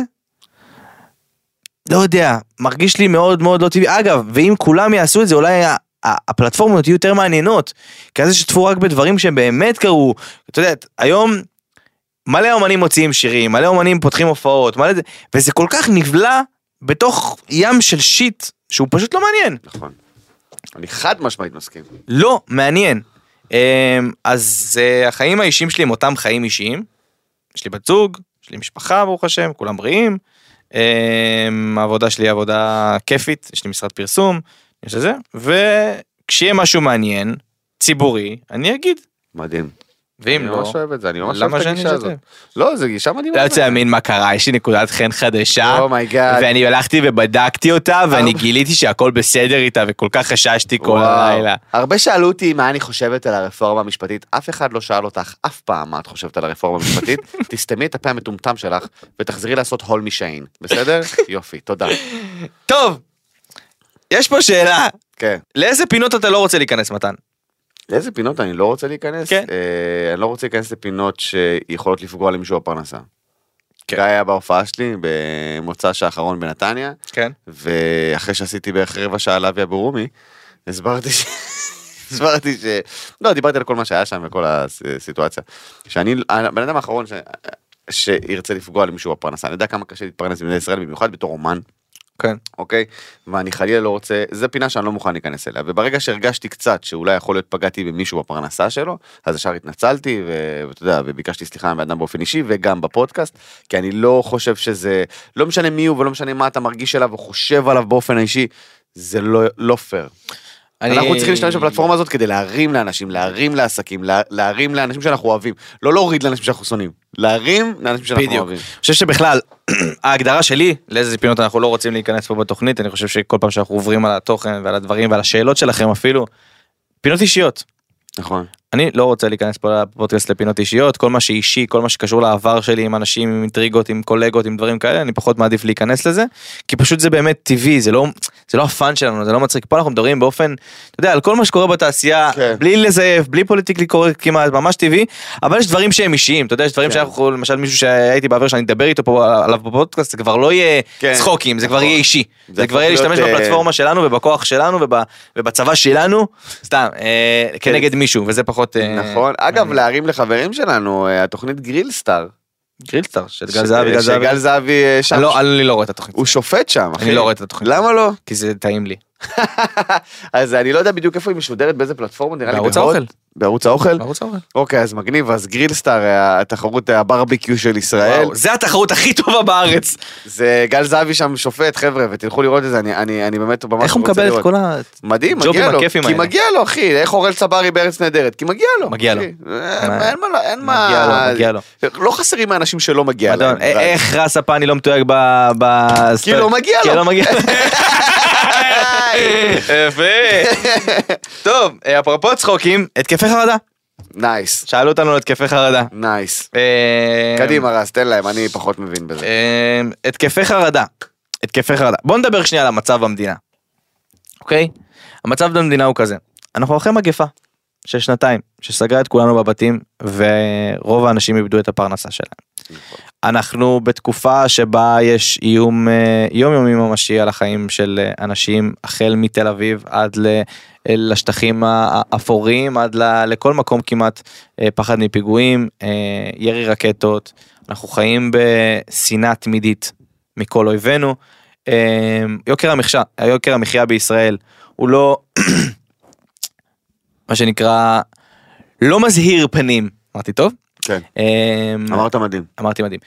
לא יודע, מרגיש לי מאוד מאוד לא טבעי. אגב, ואם כולם יעשו את זה, אולי ה- ה- הפלטפורמות יהיו יותר מעניינות, כי אז ישתפו רק בדברים שהם באמת קרו. אתה יודע, היום מלא אומנים מוציאים שירים, מלא אומנים פותחים הופעות, מלא זה, וזה כל כך נבלע בתוך ים של שיט, שהוא פשוט לא מעניין. נכון. אני חד משמעית מסכים. לא מעניין. אמ, אז אה, החיים האישיים שלי הם אותם חיים אישיים. יש לי בת זוג, יש לי משפחה ברוך השם, כולם בריאים. אמ, העבודה שלי היא עבודה כיפית, יש לי משרד פרסום, יש לזה, וכשיהיה משהו מעניין, ציבורי, אני אגיד. מדהים. ואם אני לא, ממש אוהב את זה, אני ממש למה אוהב את שאני הגישה הזאת. אשתף? לא, זה גישה מדהימה. לא רוצה להאמין מה קרה, יש לי נקודת חן חדשה, אומייגאד. ואני הלכתי ובדקתי אותה, ואני גיליתי שהכל בסדר איתה, וכל כך חששתי כל הלילה. הרבה שאלו אותי מה אני חושבת על הרפורמה המשפטית, אף אחד לא שאל אותך אף פעם מה את חושבת על הרפורמה המשפטית, תסתמי את הפה המטומטם שלך, ותחזרי לעשות הול משעין, בסדר? יופי, תודה. טוב, יש פה שאלה, כן. לאיזה פינות אתה לא רוצה להיכנס מתן? לאיזה פינות אני לא רוצה להיכנס? כן. אה, אני לא רוצה להיכנס לפינות שיכולות לפגוע למישהו בפרנסה. כן. היה בהופעה שלי במוצ"ש האחרון בנתניה, כן. ואחרי שעשיתי בערך רבע שעה לאבי אבורומי, הסברתי ש... הסברתי ש... לא, דיברתי על כל מה שהיה שם וכל הסיטואציה. שאני, הבן אדם האחרון ש... שירצה לפגוע למישהו בפרנסה. אני יודע כמה קשה להתפרנס במדינת ישראל, במיוחד בתור אומן. כן. אוקיי? ואני חלילה לא רוצה, זה פינה שאני לא מוכן להיכנס אליה, וברגע שהרגשתי קצת שאולי יכול להיות פגעתי במישהו בפרנסה שלו, אז ישר התנצלתי, ואתה יודע, וביקשתי סליחה מהאדם באופן אישי, וגם בפודקאסט, כי אני לא חושב שזה, לא משנה מי הוא, ולא משנה מה אתה מרגיש עליו, או חושב עליו באופן האישי, זה לא, לא פייר. אני... אנחנו צריכים להשתמש בפלטפורמה הזאת כדי להרים לאנשים, להרים לעסקים, לה, להרים לאנשים שאנחנו אוהבים, לא להוריד לאנשים שאנחנו שונאים, להרים לאנשים שאנחנו בדיוק. אוהבים. אני חושב שבכלל, ההגדרה שלי, לאיזה פינות אנחנו לא רוצים להיכנס פה בתוכנית, אני חושב שכל פעם שאנחנו עוברים על התוכן ועל הדברים ועל השאלות שלכם אפילו, פינות אישיות. נכון. אני לא רוצה להיכנס פה לפודקאסט לפינות אישיות, כל מה שאישי, כל מה שקשור לעבר שלי עם אנשים, עם אינטריגות, עם קולגות, עם דברים כאלה, אני פחות מעדיף להיכנס לזה, כי פשוט זה באמת טבעי, זה לא, זה לא הפאן שלנו, זה לא מצחיק. פה אנחנו מדברים באופן, אתה יודע, על כל מה שקורה בתעשייה, כן. בלי לזייף, בלי פוליטיקלי קורקט, כמעט ממש טבעי, אבל יש דברים שהם אישיים, אתה יודע, יש דברים כן. שאנחנו, למשל מישהו שהייתי בעבר שאני אדבר איתו פה עליו בפודקאסט, זה כבר לא יהיה כן. צחוקים, זה כבר יהיה אישי, זה, זה כבר יהיה להשתמש בפלטפורמה שלנו ובכוח שלנו ובצבא שלנו, סתם, כנגד מישהו, וזה פחות... נכון, אגב, להרים לחברים שלנו, התוכנית גרילסטאר. גרילסטאר, של גל זהבי. שגל זהבי שם. לא, אני לא רואה את התוכנית. הוא שופט שם, אחי. אני לא רואה את התוכנית. למה לא? כי זה טעים לי. אז אני לא יודע בדיוק איפה היא משודרת, באיזה פלטפורמה, נראה לי בערוץ האוכל. בערוץ האוכל? בערוץ האוכל. אוקיי, אז מגניב, אז גרילסטאר, התחרות הברביקיו של ישראל. וואו, זה התחרות הכי טובה בארץ. זה גל זהבי שם שופט, חבר'ה, ותלכו לראות את זה, אני, אני, אני באמת ממש רוצה לראות. איך הוא מקבל את כל ה... מדהים, מגיע לו, כי מגיע לו, אחי, איך אורל צברי בארץ נהדרת, כי מגיע לו. מגיע לו. אין מה, אין מה. מגיע לו, מגיע לו. לא חסרים האנשים שלא מגיע להם. איך רס הפני לא מתויג ב... כי לא מגיע לו. כי לא מגיע לו. יפה. טוב, אפרופו צחוקים, התקפי חרדה. נייס. שאלו אותנו על התקפי חרדה. נייס. קדימה רז, תן להם, אני פחות מבין בזה. התקפי חרדה. התקפי חרדה. בוא נדבר שנייה על המצב במדינה. אוקיי? המצב במדינה הוא כזה. אנחנו אחרי מגפה של שנתיים, שסגרה את כולנו בבתים, ורוב האנשים איבדו את הפרנסה שלהם. אנחנו בתקופה שבה יש איום יומיומי ממשי על החיים של אנשים, החל מתל אביב עד לשטחים האפורים, עד לכל מקום כמעט, פחד מפיגועים, ירי רקטות. אנחנו חיים בשנאה תמידית מכל אויבינו. יוקר המחיה, היוקר המחיה בישראל הוא לא, מה שנקרא, לא מזהיר פנים. אמרתי טוב? כן. אמרת מדהים. אמרתי מדהים.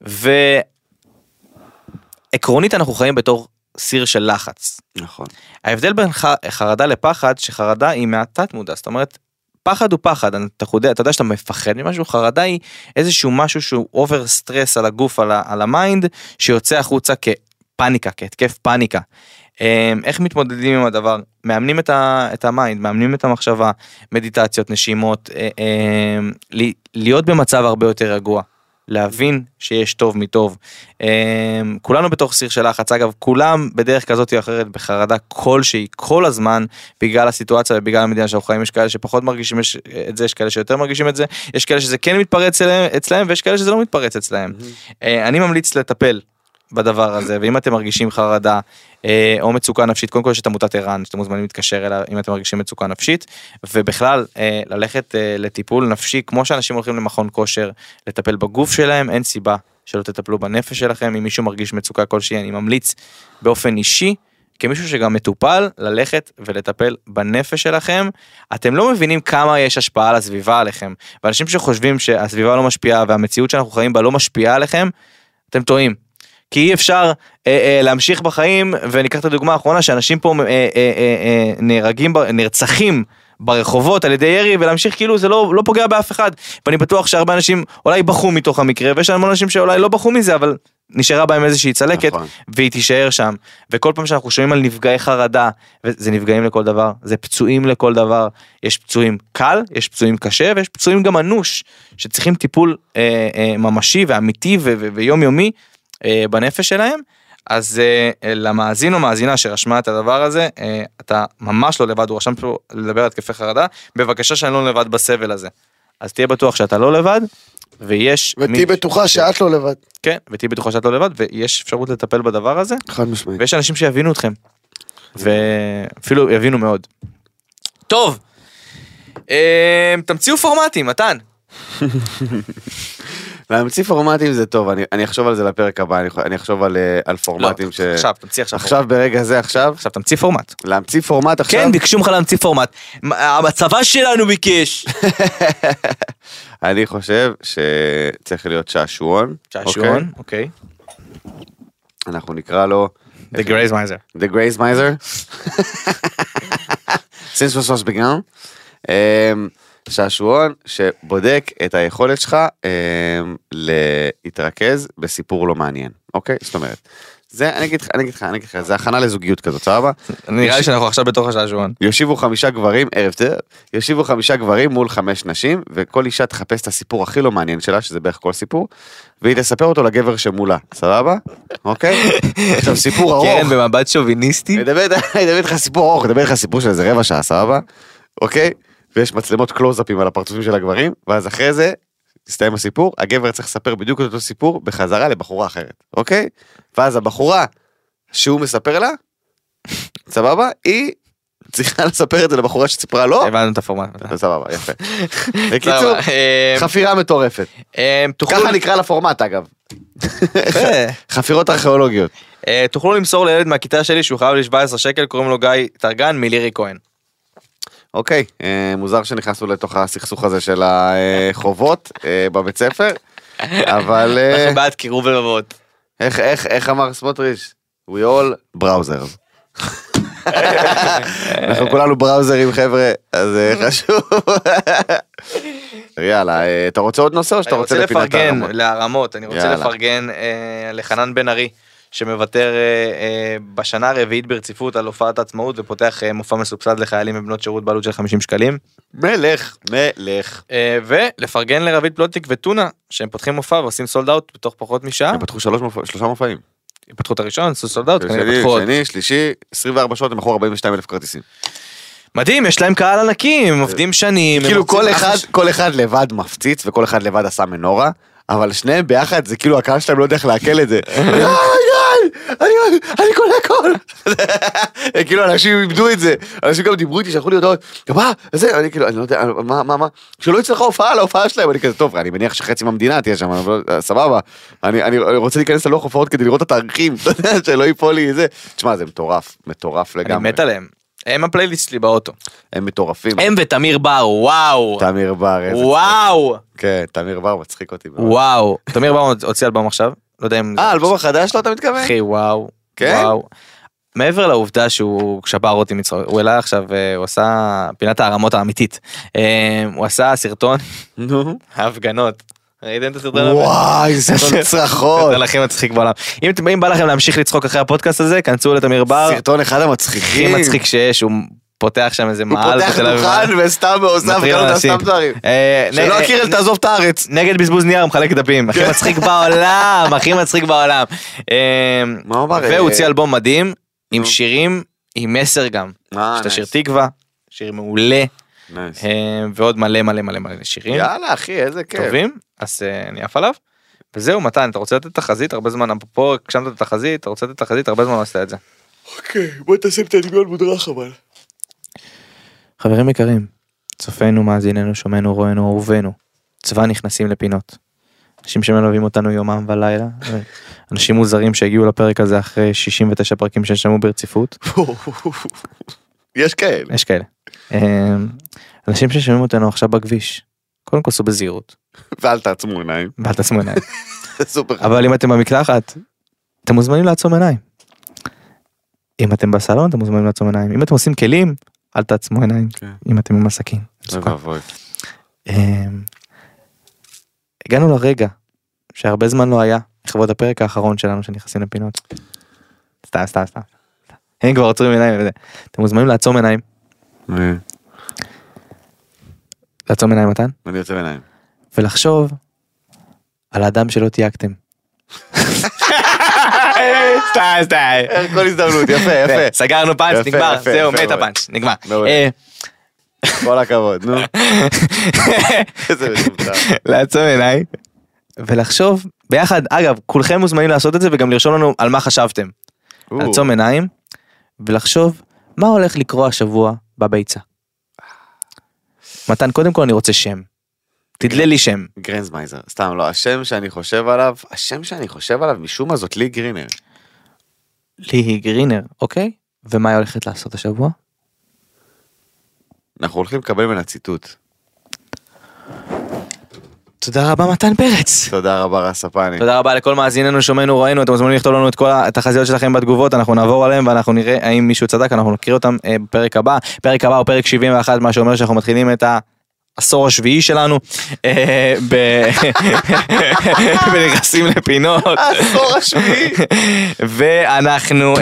ועקרונית אנחנו חיים בתור סיר של לחץ. נכון. ההבדל בין חרדה לפחד, שחרדה היא מעטת מודע, זאת אומרת, פחד הוא פחד, אתה יודע, אתה יודע שאתה מפחד ממשהו, חרדה היא איזשהו משהו שהוא אובר סטרס על הגוף, על, על המיינד, שיוצא החוצה כפניקה, כהתקף פניקה. איך מתמודדים עם הדבר? מאמנים את, ה, את המיינד, מאמנים את המחשבה, מדיטציות, נשימות, להיות במצב הרבה יותר רגוע, להבין שיש טוב מטוב. כולנו בתוך סיר של לחץ, אגב, כולם בדרך כזאת או אחרת בחרדה כלשהי, כל הזמן, בגלל הסיטואציה ובגלל המדינה שאנחנו חיים, יש כאלה שפחות מרגישים את זה, יש כאלה שיותר מרגישים את זה, יש כאלה שזה כן מתפרץ אצלהם, ויש כאלה שזה לא מתפרץ אצלהם. אני ממליץ לטפל בדבר הזה, ואם אתם מרגישים חרדה או מצוקה נפשית, קודם כל יש את עמותת ער"ן, שאתם מוזמנים להתקשר אליה אם אתם מרגישים מצוקה נפשית, ובכלל ללכת לטיפול נפשי, כמו שאנשים הולכים למכון כושר, לטפל בגוף שלהם, אין סיבה שלא תטפלו בנפש שלכם. אם מישהו מרגיש מצוקה כלשהי, אני ממליץ באופן אישי, כמישהו שגם מטופל, ללכת ולטפל בנפש שלכם. אתם לא מבינים כמה יש השפעה על הסביבה עליכם, ואנשים שחושבים שהסביבה לא משפיעה, והמציאות שאנחנו חיים בה לא משפיעה עליכם, אתם טועים. כי אי אפשר אה, אה, להמשיך בחיים, וניקח את הדוגמה האחרונה, שאנשים פה אה, אה, אה, נהרגים, נרצחים ברחובות על ידי ירי, ולהמשיך כאילו זה לא, לא פוגע באף אחד, ואני בטוח שהרבה אנשים אולי בחו מתוך המקרה, ויש לנו אנשים שאולי לא בחו מזה, אבל נשארה בהם איזושהי צלקת, נכון. והיא תישאר שם, וכל פעם שאנחנו שומעים על נפגעי חרדה, וזה נפגעים לכל דבר, זה פצועים לכל דבר, יש פצועים קל, יש פצועים קשה, ויש פצועים גם אנוש, שצריכים טיפול אה, אה, ממשי ואמיתי ו- ו- ויומיומי, בנפש שלהם. אז למאזין או מאזינה שרשמה את הדבר הזה, אתה ממש לא לבד, הוא רשם פה לדבר על התקפי חרדה, בבקשה שאני לא לבד בסבל הזה. אז תהיה בטוח שאתה לא לבד, ויש... ותהי בטוחה שאת לא לבד. כן, ותהי בטוחה שאת לא לבד, ויש אפשרות לטפל בדבר הזה. חד משמעית. ויש אנשים שיבינו אתכם, ואפילו יבינו מאוד. טוב, תמציאו פורמטים, מתן. להמציא פורמטים זה טוב, אני, אני אחשוב על זה לפרק הבא, אני, אני אחשוב על, על פורמטים לא, ש... עכשיו, תמציא עכשיו. עכשיו, פורמט. ברגע זה, עכשיו. עכשיו, תמציא פורמט. להמציא פורמט עכשיו? כן, ביקשו לך להמציא פורמט. הצבא שלנו ביקש. אני חושב שצריך להיות שעשועון. שעשועון, אוקיי. אנחנו נקרא לו... The Grace Miser. The Grace Miser. Since was was begun. שעשועון שבודק את היכולת שלך להתרכז בסיפור לא מעניין, אוקיי? זאת אומרת, זה, אני אגיד לך, אני אגיד לך, אני אגיד לך, זה הכנה לזוגיות כזאת, סבבה? נראה לי שאנחנו עכשיו בתוך השעשועון. יושיבו חמישה גברים, ערב טוב, יושיבו חמישה גברים מול חמש נשים, וכל אישה תחפש את הסיפור הכי לא מעניין שלה, שזה בערך כל סיפור, והיא תספר אותו לגבר שמולה, סבבה? אוקיי? עכשיו סיפור ארוך. קרן במבט שוביניסטי. אני אדבר איתך סיפור ארוך, אדבר איתך סיפור של איזה רבע שעה, סבבה? אוקיי? ויש מצלמות קלוזאפים על הפרצופים של הגברים, ואז אחרי זה, תסתיים הסיפור, הגבר צריך לספר בדיוק את אותו סיפור, בחזרה לבחורה אחרת, אוקיי? ואז הבחורה שהוא מספר לה, סבבה? היא צריכה לספר את זה לבחורה שסיפרה לו. הבנו את הפורמט. סבבה, יפה. בקיצור, חפירה מטורפת. ככה נקרא לפורמט אגב. חפירות ארכיאולוגיות. תוכלו למסור לילד מהכיתה שלי שהוא חייב לי שבע עשרה שקל, קוראים לו גיא טרגן מלירי כהן. אוקיי, מוזר שנכנסנו לתוך הסכסוך הזה של החובות בבית ספר, אבל... אנחנו בעד קירוב לבבות. איך אמר סמוטריץ'? We all browsers. אנחנו כולנו בראוזרים חבר'ה, אז חשוב. יאללה, אתה רוצה עוד נושא או שאתה רוצה לפינת הרמות? אני רוצה לפרגן להרמות, אני רוצה לפרגן לחנן בן ארי, שמוותר בשנה הרביעית ברציפות על הופעת העצמאות, ופותח מופע מסובסד לחיילים ובנות שירות בעלות של חמישים שקלים. מלך, מלך. ולפרגן לרביד פלוטניק וטונה, שהם פותחים מופע ועושים סולד אאוט בתוך פחות משעה. הם פתחו שלושה מופעים. הם פתחו את הראשון, עשו סולד אאוט. שני, שלישי, עשרים וארבע שעות, הם מכרו ארבעים ושתיים אלף כרטיסים. מדהים, יש להם קהל ענקים, הם עובדים שנים. כאילו כל אחד לבד מפציץ, וכל אחד לבד עשה מנורה, אבל שניהם ביחד, זה כאילו הקהל שלהם לא יודע איך להקל את זה. אני קונה הכל. כאילו אנשים איבדו את זה, אנשים גם דיברו איתי, שלחו לי הודעות, מה, זה, אני כאילו, אני לא יודע, מה, מה, מה, שלא יצלחה הופעה להופעה שלהם, אני כזה, טוב, אני מניח שחצי מהמדינה תהיה שם, סבבה, אני רוצה להיכנס ללוח הופעות כדי לראות את התאריכים, שלא ייפול לי זה, תשמע, זה מטורף, מטורף לגמרי. אני מת עליהם. הם הפלייליסט שלי באוטו. הם מטורפים. הם ותמיר בר, וואו. תמיר בר, איזה וואו. כן, תמיר בר מצחיק אותי. וואו. תמיר בר הוציא אלבום עכשיו. לא יודע אם... אה, אלבום החדש לא אתה מתכוון? אחי, וואו. כן? וואו. מעבר לעובדה שהוא שבר אותי מצחוק, הוא העלה עכשיו, הוא עשה פינת הערמות האמיתית. הוא עשה סרטון. נו. ההפגנות. ראיתם את הסרטון? וואי, זה סרטון צרחות. סרטון הכי מצחיק בעולם. אם בא לכם להמשיך לצחוק אחרי הפודקאסט הזה, כנסו לתמיר בר. סרטון אחד המצחיקים. הכי מצחיק שיש, הוא פותח שם איזה מעל. הוא פותח דוכן וסתם ועושה הפגנות סתם דברים. שלא הכיר אל תעזוב את הארץ. נגד בזבוז נייר, הוא מחלק דפים. הכי מצחיק בעולם, הכי מצחיק בעולם. והוא הוציא אלבום מדהים, עם שירים, עם מסר גם. יש את השיר תקווה, שיר מעולה. ועוד מלא מלא מלא מלא שירים. יאללה אחי, איזה כיף. טובים, אז אני עף עליו. וזהו מתן, אתה רוצה לתת תחזית הרבה זמן, פה הקשמת את התחזית, אתה רוצה לתת תחזית, הרבה זמן לא עושה את זה. אוקיי, בוא תשים את הדמיון מודרך אבל. חברים יקרים, צופינו, מאזיננו, שומענו, רואינו, אהובנו, צבא נכנסים לפינות. אנשים שמלווים אותנו יומם ולילה, אנשים מוזרים שהגיעו לפרק הזה אחרי שישים ותשע פרקים ששמעו ברציפות. יש כאלה. יש כאלה. אנשים ששומעים אותנו עכשיו בכביש, קודם כל סעו בזהירות. ואל תעצמו עיניים. ואל תעצמו עיניים. סופר. אבל אם אתם במקלחת, אתם מוזמנים לעצום עיניים. אם אתם בסלון, אתם מוזמנים לעצום עיניים. אם אתם עושים כלים, אל תעצמו עיניים. אם אתם עם הסכין. הגענו לרגע שהרבה זמן לא היה, לכבוד הפרק האחרון שלנו שנכנסים לפינות. סתם, סתם, סתם. הם כבר עוצרים עיניים. אתם מוזמנים לעצום עיניים. לעצום עיניים מתן? אני עוצם עיניים. ולחשוב על האדם שלא תייגתם. סתם, סתם. כל הזדמנות, יפה, יפה. סגרנו פאנץ', נגמר, זהו, מת הפאנץ', נגמר. כל הכבוד, נו. איזה משמחה. לעצום עיניים, ולחשוב ביחד, אגב, כולכם מוזמנים לעשות את זה, וגם לרשום לנו על מה חשבתם. לעצום עיניים, ולחשוב מה הולך לקרוא השבוע בביצה. מתן, קודם כל אני רוצה שם. תדלה לי שם. גרנזמייזר, סתם לא, השם שאני חושב עליו, השם שאני חושב עליו משום מה זאת לי גרינר. לי גרינר, אוקיי? ומה היא הולכת לעשות השבוע? אנחנו הולכים לקבל מן הציטוט. תודה רבה מתן פרץ. תודה רבה רספני. תודה רבה לכל מאזיננו, שומענו, ראינו, אתם מוזמנים לכתוב לנו את כל התחזיות שלכם בתגובות, אנחנו נעבור עליהם ואנחנו נראה האם מישהו צדק, אנחנו נקריא אותם בפרק הבא. פרק הבא הוא פרק שבעים ואחת, מה שאומר שאנחנו מתחילים את העשור השביעי שלנו, ונכנסים לפינות. העשור השביעי. ואנחנו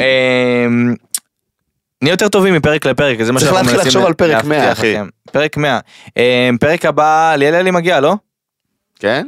נהיה יותר טובים מפרק לפרק, זה מה צריך להתחיל לחשוב על פרק מאה, אחי. פרק מאה. פרק הבא, ליאל אלי מגיע, לא? כן?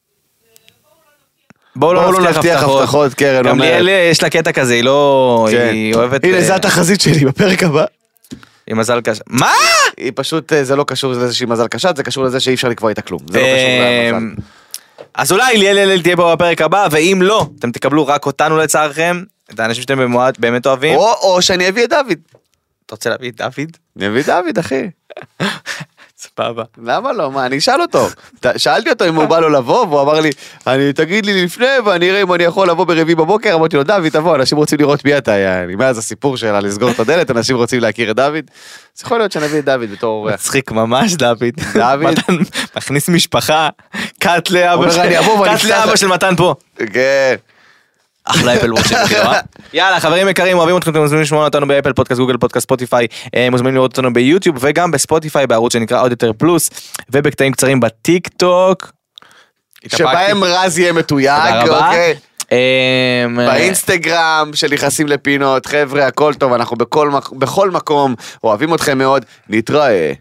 בואו לא נבטיח הבטחות, קרן. גם ליאל יש לה קטע כזה, היא לא... היא אוהבת... הנה, זה התחזית שלי בפרק הבא. היא מזל קשה. מה? היא פשוט, זה לא קשור לזה שהיא מזל קשה, זה קשור לזה שאי אפשר לקבוע איתה כלום. זה לא קשור למזל. אז אולי ליאל אלי תהיה פה בפרק הבא, ואם לא, אתם תקבלו רק אותנו לצערכם, את האנשים שאתם באמת אוהבים. או שאני אביא את דוד. אתה רוצה להביא את דוד? אני אביא את דוד, אחי. סבבה. למה לא? מה, אני אשאל אותו. שאלתי אותו אם הוא בא לו לבוא, והוא אמר לי, אני תגיד לי לפני, ואני אראה אם אני יכול לבוא ברביעי בבוקר. אמרתי לו, דוד, תבוא, אנשים רוצים לראות מי אתה. מאז הסיפור שלה לסגור את הדלת, אנשים רוצים להכיר את דוד. אז יכול להיות שנביא את דוד בתור אורח. מצחיק ממש, דוד. דוד. מכניס משפחה, קאט לאבא של מתן פה. כן. אחלה אפל וואץ'. יאללה חברים יקרים, אוהבים אתכם, אתם מוזמנים לשמוע אותנו באפל פודקאסט, גוגל פודקאסט, ספוטיפיי, מוזמנים לראות אותנו ביוטיוב וגם בספוטיפיי בערוץ שנקרא עוד יותר פלוס, ובקטעים קצרים בטיק טוק שבהם רז יהיה מתויג, אוקיי? באינסטגרם של נכנסים לפינות. חבר'ה, הכל טוב, אנחנו בכל מקום, אוהבים אתכם מאוד, נתראה.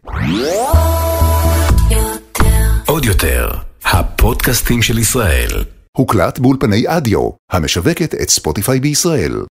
עוד יותר, הפודקאסטים של ישראל. הוקלט באולפני אדיו, המשווקת את ספוטיפיי בישראל.